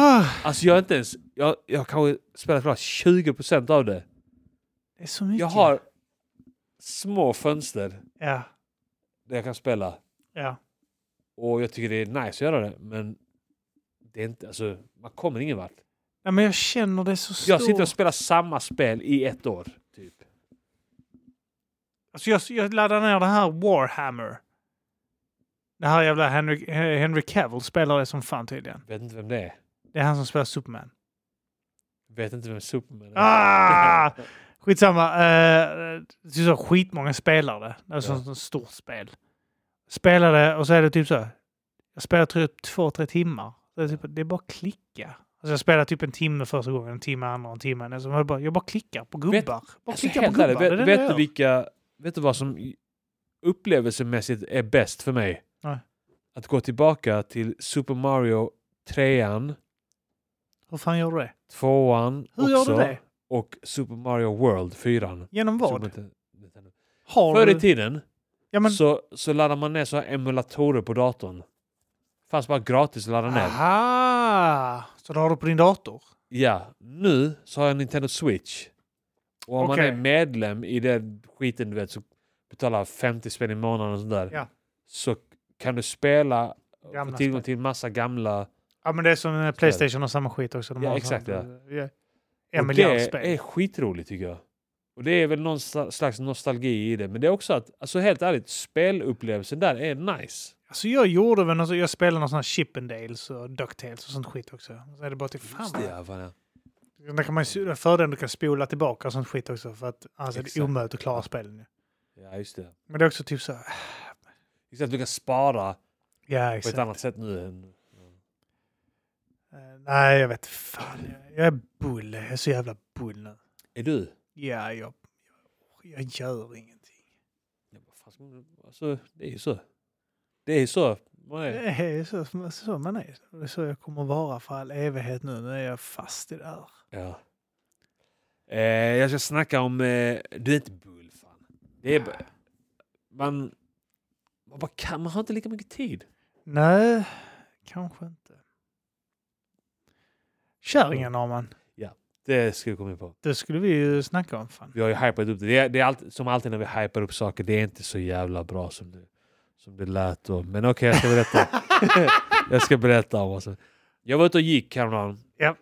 kanske spelat klart 20% av det. Det är så mycket. Jag har små fönster. Ja. Där jag kan spela. Ja. Och jag tycker det är nice att göra det. Men det är inte, alltså man kommer ingen vart. Ja, men jag känner det så stort. Jag sitter och spelar samma spel i 1 år, typ. Alltså jag laddar ner det här Warhammer. Det här jävla Henry Cavill spelar det som fan tydligen. Vet inte vem det är. Det är han som spelar Superman. Vet inte vem Superman är. Skitsamma. Det är så skitmånga spelare. Det är så stort spel. Spelade och så är det typ så. Jag spelar typ 2-3 timmar. Det är bara att klicka. Alltså jag spelar typ en timme första gången, en timme andra, en timme. Alltså jag bara klickar på gubbar. Vet du vad som upplevelsemässigt är bäst för mig? Nej. Att gå tillbaka till Super Mario 3:an. Hur fan gör du det? 2:an Hur gör du det? Och Super Mario World 4:an. Genom vad? Förr i tiden så laddar man ner så här emulatorer på datorn. Fanns bara gratis att ladda ner. Aha! Så då har du på din dator? Ja. Nu så har jag Nintendo Switch. Och om man är medlem i den skiten, du vet, så betalar 50 spänn i månaden och sådär. Ja. Så kan du spela gamla och tillgång till massa gamla... Ja, men det är som PlayStation och samma skit också. Ja, exakt. Ja. Och det är skitroligt tycker jag. Och det är väl någon slags nostalgi i det. Men det är också att, alltså helt ärligt, spelupplevelsen där är nice. Alltså jag gjorde väl, jag spelade någon sån här Chippendales och DuckTales och sånt skit också. Så är det bara till fan. Där kan man ju fördelen du kan spola tillbaka och sånt skit också. För att annars är det omöjligt att klara spelen. Ja, just det. Men det är också typ så... Exakt, du kan spara på ett annat sätt nu än... Nej, jag vet fan. Jag är bull. Jag är så jävla bull nu. Är du? Ja, jag gör ingenting. Alltså, det är ju så. Det är så. Det är så man är. Det är så jag kommer vara för all evighet nu. Nu är jag fast i det här. Ja. Jag ska snacka om... du är inte bull, fan. Det är man har inte lika mycket tid. Nej, kanske inte. Kärringen har man. Ja, det ska vi komma in på. Det skulle vi ju snacka om, fan. Vi har ju hypat upp det. Det är alltid, som alltid när vi hypar upp saker, det är inte så jävla bra som det lät då. Men okej, jag ska berätta. Jag ska berätta om vad. Jag var ute och gick häromdagen. Ja.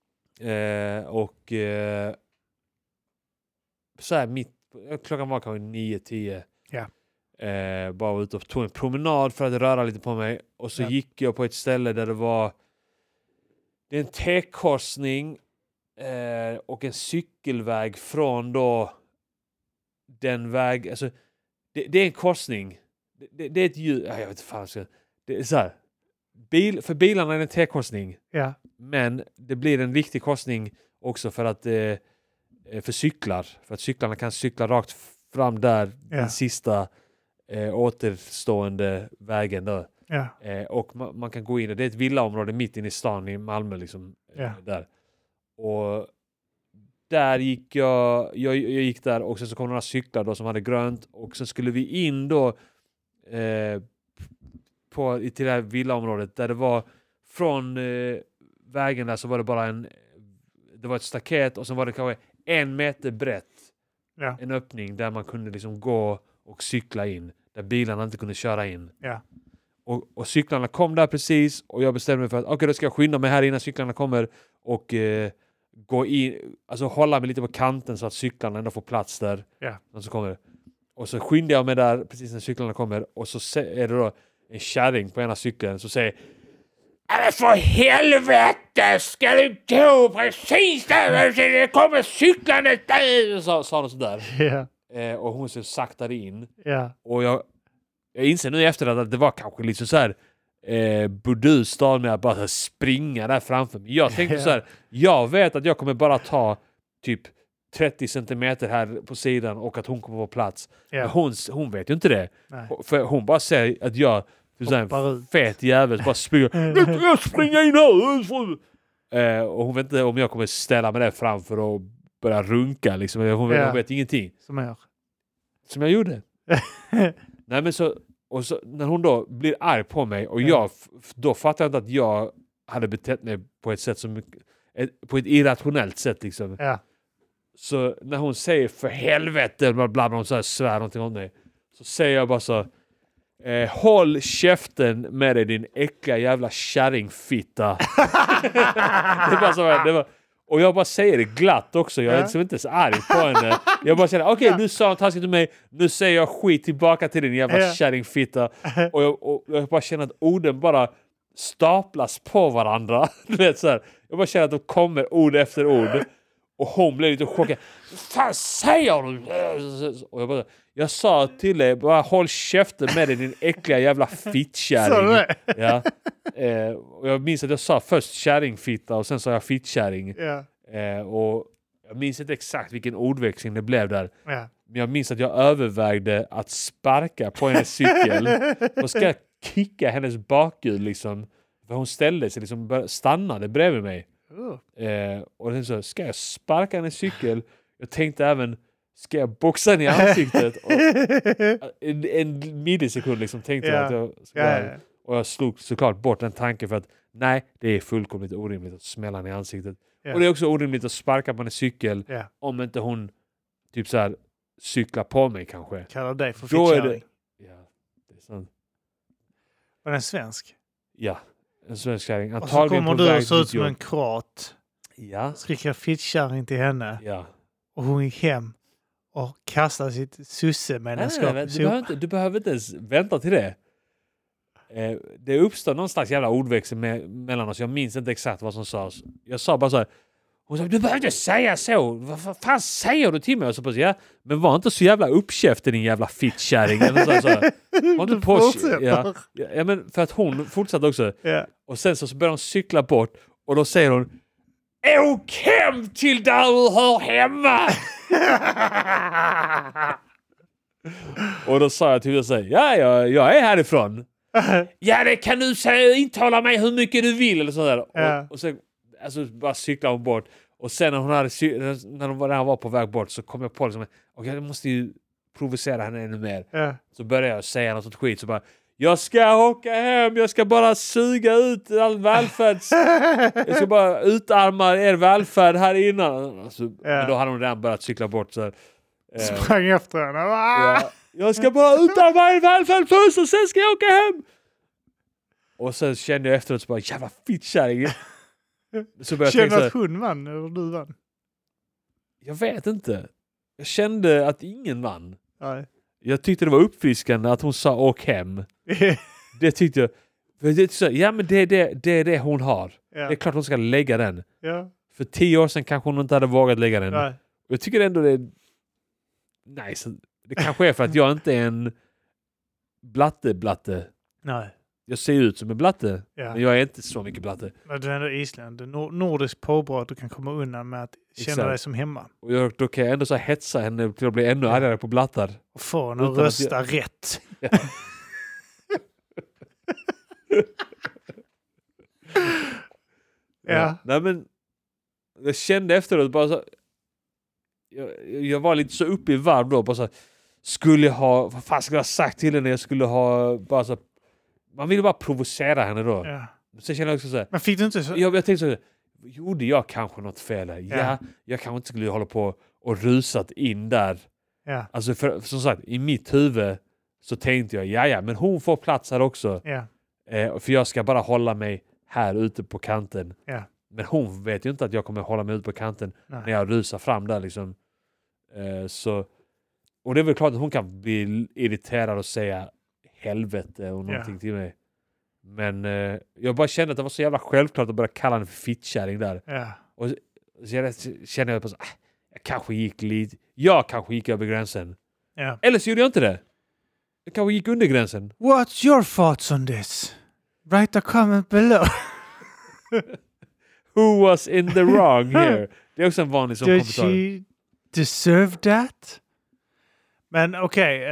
Så här klockan var kanske 9-10. Ja. Bara var ute och tog en promenad för att röra lite på mig. Och så gick jag på ett ställe där det är en T-korsning och en cykelväg från då den väg, alltså det är en korsning. Det är ett ljud, jag vet inte fan. Det är så här. För bilarna är det en T-korsning. Ja. Men det blir en riktig korsning också för att för cyklar. För att cyklarna kan cykla rakt fram där den sista återstående vägen då. Ja. Och man kan gå in, det är ett villaområde mitt inne i stan i Malmö liksom. Där. Och där gick jag gick där och sen så kom några cyklar då som hade grönt och sen skulle vi in då till det här villaområdet där det var från vägen där så var det bara det var ett staket och sen var det kanske 1 meter brett en öppning där man kunde liksom gå och cykla in där bilarna inte kunde köra in. Ja. Och cyklarna kom där precis och jag bestämde mig för att okej, då ska jag skynda mig här innan cyklarna kommer och gå in, alltså hålla mig lite på kanten så att cyklarna ändå får plats där. Ja. Och så kommer. Och så skyndar jag mig där precis när cyklarna kommer och så är det då en kärring på ena cykeln som säger "Men för helvete, ska du gå precis där det kommer cyklande där", sa de sådär. Ja. Och hon så saktade in. Ja. Och jag inser nu efter att det var kanske liksom så här burdus stad med att bara springa där framför mig. Jag tänkte så här, jag vet att jag kommer bara ta typ 30 centimeter här på sidan och att hon kommer på plats. Men hon vet ju inte det. Nej. För hon bara säger att jag en fet jävel bara springer. Jag springer in här. Och hon vet inte om jag kommer ställa mig där framför och börja runka liksom. Hon vet ingenting. Som jag gjorde. Nej men så när hon då blir arg på mig och då fattar jag inte att jag hade betett mig på ett sätt på ett irrationellt sätt liksom. Ja. Så när hon säger för helvete bla bla, hon så här svär någonting om mig, så säger jag bara så håll käften med dig din äckliga jävla kärringfitta. Det var så och jag bara säger det glatt också. Jag är liksom inte så arg på henne. Jag bara känner, okej, nu sa hon taskigt till mig. Nu säger jag skit tillbaka till din jävla kärringfitta. Och jag bara känner att orden bara staplas på varandra. Du vet, så här. Jag bara känner att de kommer ord efter ord. Och hon blev lite chockad. Fan säger du? Och jag sa till dig, bara håll käften med dig din äckliga jävla fittkärring. Ja. Och jag minns att jag sa först kärringfitta och sen sa jag fittkärring. Och jag minns inte exakt vilken ordväxling det blev där. Men jag minns att jag övervägde att sparka på hennes cykel. Och ska jag kicka hennes bakhjul liksom. För hon ställde sig liksom, stannade bredvid mig. Och sen så, ska jag sparka hennes cykel? Jag tänkte även, ska jag boxa henne i ansiktet? Och en millisekund liksom tänkte jag att jag skulle, och jag slog såklart bort den tanken för att nej, det är fullkomligt orimligt att smälla henne i ansiktet. Och det är också orimligt att sparka på hennes cykel om inte hon typ så här cyklar på mig kanske. Kallar dig för fittkärring. Ja, det är sant. Var den svensk? Ja. En svensk kärring. Och så kommer du och ser ut som en krat. Ja. Skriker fittkärring till henne. Ja. Och hon gick hem och kastade sitt sussemedlemskap. Du behöver inte ens vänta till det. Det uppstår någon slags jävla ordväxling mellan oss. Jag minns inte exakt vad som sades. Jag sa bara så här. Hon sa, du behöver inte säga så. Vad fan säger du till mig? Och så bara, men var inte så jävla uppkäften din jävla fittkärring. Eller så. Var inte på. Ja, men för att hon fortsatte också. Och sen så börjar hon cykla bort. Och då säger hon, åk hem till där du hör hemma. Och då sa jag till henne, jag är härifrån. Ja, det kan du säga, intala mig hur mycket du vill eller sådär. Ja. Och sen alltså, bara cyklar hon bort. Och sen när hon var på väg bort så kom jag på liksom, okej, jag måste ju provocera henne ännu mer. Ja. Så började jag säga något sånt skit så bara, jag ska åka hem, jag ska bara suga ut all välfärd. Jag ska bara utarma er välfärd här innan. Alltså, men då hade hon redan börjat cykla bort. Så, sprang efter henne. Ja, jag ska bara utarma er välfärd först och sen ska jag åka hem. Och sen kände jag efteråt så bara, jävla fittkärring. Kände du att hon vann eller du vann? Jag vet inte. Jag kände att ingen vann. Nej. Jag tyckte det var uppfriskande att hon sa åk hem. Det tyckte jag. Ja, men det är det hon har. Ja. Det är klart hon ska lägga den. Ja. För 10 år sedan kanske hon inte hade vågat lägga den. Nej. Och jag tycker ändå det är nice. Det kanske är för att jag inte är en blatte. Nej. Jag ser ut som en blatte, men jag är inte så mycket blatte. Men du är ändå Island. Nordisk påbrå att du kan komma undan med att känna dig som hemma. Och då kan jag ändå så hetsa henne till att bli ännu argare på blattar. Och få henne att rösta rätt. Ja. Nej, men jag kände efteråt bara så... Jag var lite så uppe i varv då. Bara så, skulle jag ha... Vad fan skulle jag ha sagt till henne? Jag skulle ha bara så... Man ville bara provocera henne då. Ja. Sen kände jag också så här... Men fick du inte så... Jag tänkte så här, gjorde jag kanske något fel där? Ja, jag kanske inte skulle hålla på och rusat in där. Ja. Alltså för, som sagt, i mitt huvud så tänkte jag, ja, men hon får plats här också. Ja. För jag ska bara hålla mig här ute på kanten. Ja. Men hon vet ju inte att jag kommer hålla mig ute på kanten när jag rusar fram där liksom. Så, och det är väl klart att hon kan bli irriterad och säga helvete och någonting till mig. Men jag bara kände att det var så jävla självklart att börja kalla henne för fittkärring där. Ja. Och så kände jag på så jag kanske gick över gränsen. Ja. Eller så gjorde jag inte det. Jag kanske gick under gränsen. What's your thoughts on this? Write a comment below. Who was in the wrong here? Det är också en vanlig kommentar. Did she deserve that? Men okej.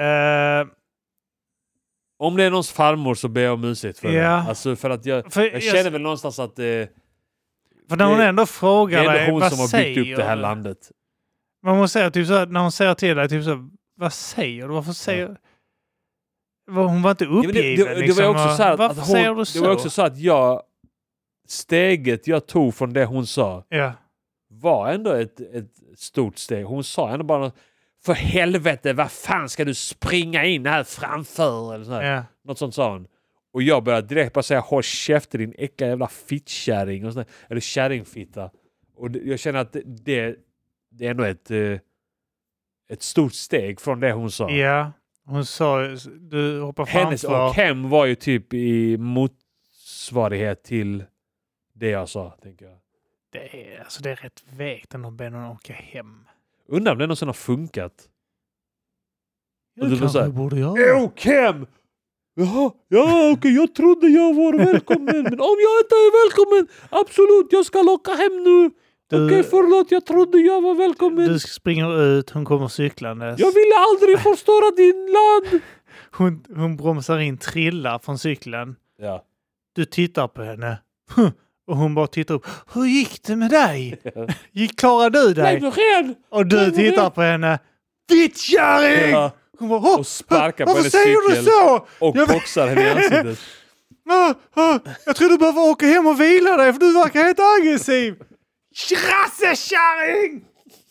Om det är någons farmor så ber jag om ursäkt för det. Alltså för att jag känner väl någonstans att... för när hon ändå frågar dig, det är hon vad som har byggt upp det här landet. Man måste säga typ så när hon säger till dig typ så, vad säger du? Varför säger... Hon var inte uppgiven. Det var också så här varför säger du så? Det var också så att steget jag tog från det hon sa var ändå ett stort steg. Hon sa ändå bara för helvete, vad fan ska du springa in här framför? Eller så här. Något sånt sa hon. Och jag började direkt bara säga, håll käften din äckla jävla fittkärring. Och eller kärringfitta. Och jag känner att det är ändå ett stort steg från det hon sa. Ja, hon sa, du hoppar framför. Hennes och hem var ju typ i motsvarighet till det jag sa, tänker jag. Det är rätt vägt när de ber någon åka hem. Undrar om det någonsin har funkat. Det kanske vi borde göra. Åk hem! Ja, okej, jag trodde jag var välkommen. Men om jag inte är välkommen, absolut, jag ska åka hem nu. Okej, förlåt, jag trodde jag var välkommen. Du springer ut, hon kommer cyklandes. Jag ville aldrig förstöra din land. Hon bromsar in, trillar från cykeln. Ja. Du tittar på henne. Och hon bara tittar upp. Hur gick det med dig? Klarade du dig? Nej, och du tittar på henne. Fittkärring! Ja. Hon bara, och sparkar på hennes cykel. Varför säger du så? Och boxar henne i ansiktet. Jag tror du behöver åka hem och vila dig för du verkar helt aggressiv. Rassekärring!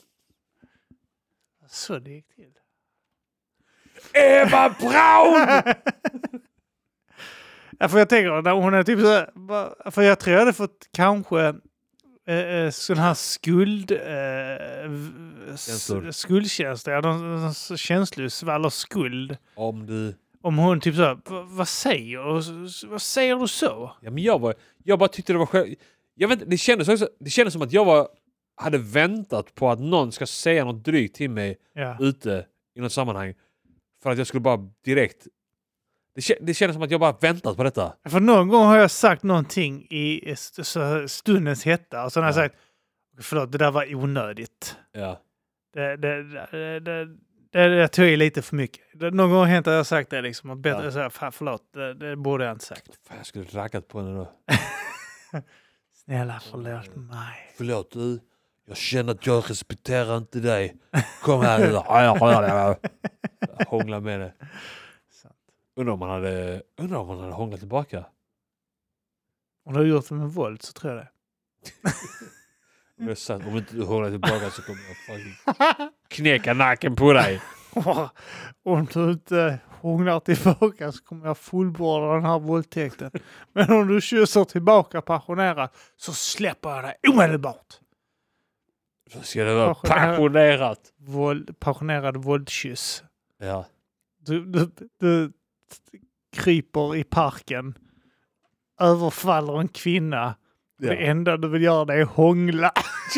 Så det gick till. Eva Braun! För jag tänker, när hon är typ så här, för jag tror jag hade fått kanske sån här skuldkänslor, de känslosvall och skuld. Om hon typ så här, vad säger du så? Ja, men jag bara tyckte det var själv. Jag vet, det kändes som att jag hade väntat på att någon ska säga något drygt till mig ute i något sammanhang för att jag skulle bara direkt. Det kändes som att jag bara väntat på detta. För någon gång har jag sagt någonting i stundens hetta och så har jag sagt, förlåt, det där var onödigt. Ja. Jag tog i lite för mycket. Någon gång har jag sagt det liksom. Bättre säga, fan förlåt, det borde jag inte sagt. Fan, jag skulle raggat på henne då. Snälla, förlåt mig. Förlåt du. Jag känner att jag respekterar inte dig. Kom här nu. Jag hånglar med det. Undrar om man hade hånglat tillbaka. Om du har gjort det med våld så tror jag det. Om inte du hånglar tillbaka så kommer jag fucking knäcka nacken på dig. Om du inte hånglar tillbaka så kommer jag fullborda den här våldtäkten. Men om du kysser tillbaka passionerat så släpper jag dig omedelbart. Så ska det vara passionerat. Passionerad våldkyss. Ja. Du kryper i parken, överfaller en kvinna. Ja. Det enda du vill göra det är hångla.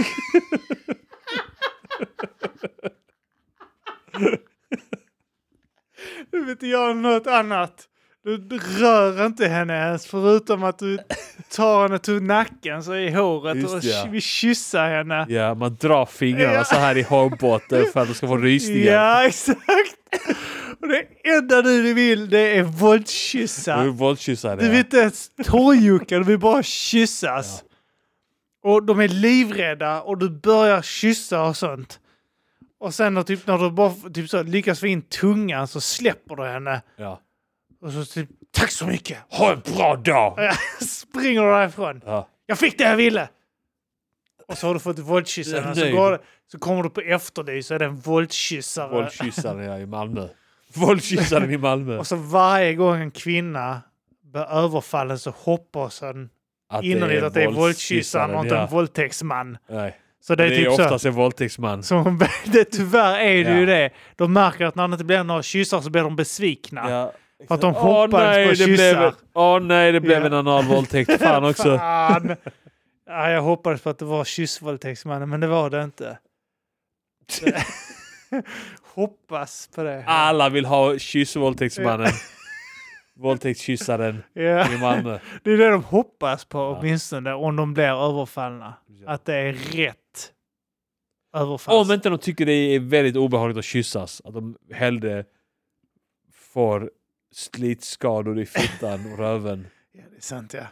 Du vill inte göra något annat. Du rör inte henne ens förutom att du tar henne till nacken så i håret. Just och vill kyssa henne. Ja, man drar fingrarna så här i hårbotten för att du ska få rysningar. Ja, exakt. Och det enda du vill det är våldkyssa. Du vill inte ens torrjucka, du vill bara kyssas. Ja. Och de är livrädda och du börjar kyssa och sånt. Och sen när du bara så lyckas få in tungan så släpper du henne. Ja. Och så typ, tack så mycket. Ha en bra dag. Springer du därifrån. Ja. Jag fick det jag ville. Och så har du fått våldkyssarna. Så kommer du på efterlig så är det en våldkyssare. Våldkyssaren i Malmö. Våldkyssaren i Malmö. Och så varje gång en kvinna blir överfallen så hoppas han inomhus att det är våldkyssaren och inte en våldtäktsman. Nej. Så det är typ oftast en våldtäktsman. Tyvärr är det ju det. De märker att när det inte blir några kyssar så blir de besvikna. Ja. För att de hoppades på kyssar. Nej, det blev en anal våldtäkt. Fan också. Fan. Ja, jag hoppades på att det var kyssvåldtäktsmannen, men det var det inte. Hoppas på det. Alla vill ha kyssvåldtäktsmannen. Våldtäktskyssaren i Malmö. Det är det de hoppas på åtminstone om de blir överfallna. Ja. Att det är rätt överfall. Om inte de tycker det är väldigt obehagligt att kyssas. Att de hellre får slitskador i fittan och röven. Ja, det är sant, ja.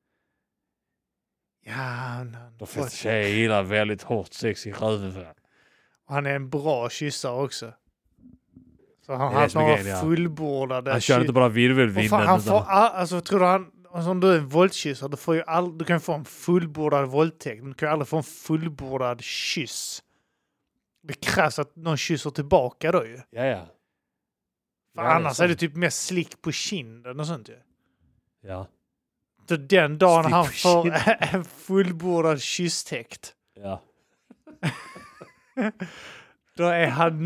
De flesta tjejer gillar väldigt hårt sex i röven. Och han är en bra kyssare också. Så han har några fullbordade... Han kör inte bara virvelvinden. Alltså, tror du alltså, om du är en våldkyssare, du kan få en fullbordad våldtäkt. Men du kan aldrig få en fullbordad kyss. Det krävs att någon kysser tillbaka då ju. Ja. För annars är det typ mer slick på kinden och sånt ju. Ja. Så den dagen han får en fullbordad kysstäkt. Ja. Då är han...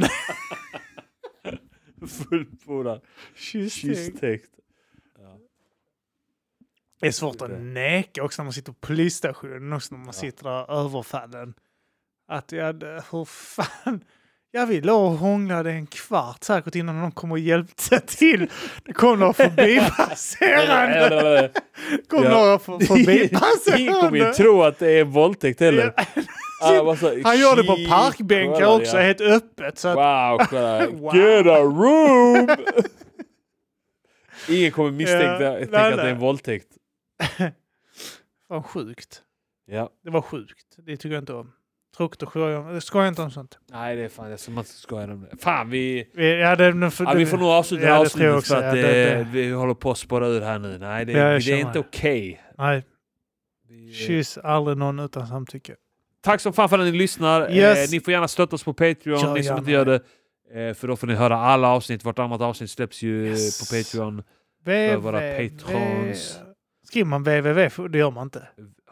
fullbordad kysstäkt. Ja. Det är svårt att neka också när man sitter på polisstationen. Också när man sitter där överfallen. Att hur fan... Jag vill hångla det en kvart säkert innan någon kommer och hjälpte till. Det kom några förbipasserande. Några förbipasserande. Ingen kommer ju tro att det är våldtäkt heller. Han gör det på parkbänkar också, helt öppet. Så att... Wow. Get a room! Ingen kommer misstänka att det är en våldtäkt. Det var sjukt. Ja. Det var sjukt. Det tycker jag inte om. Tråkigt att skoja inte om sånt. Nej, det är fan, jag ska inte skoja om det. Fan, vi får nog avsluta avsnittet för att vi håller på att spåra ur här nu. Nej, det är inte okej. Nej. Kyss aldrig någon utan samtycke. Tack så fan för att ni lyssnar. Yes. Ni får gärna stötta oss på Patreon, ni som inte gör det. För då får ni höra alla avsnitt. Vartannat avsnitt släpps ju på Patreon. För våra patrons. Skriver man www, det gör man inte.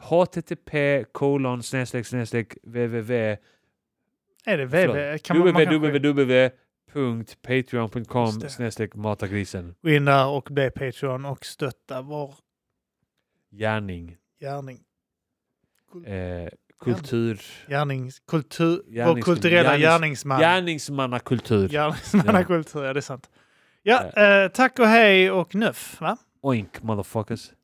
http://www. Är det www? www.patreon.com/matagrisen. Gå in där och bli Patreon och stötta vår gärning. Vår kulturella gärningsman. Gärningsmannakultur. Gärningsmannakultur, ja det är sant. Ja, tack och hej och nöff, va? Oink, motherfuckers.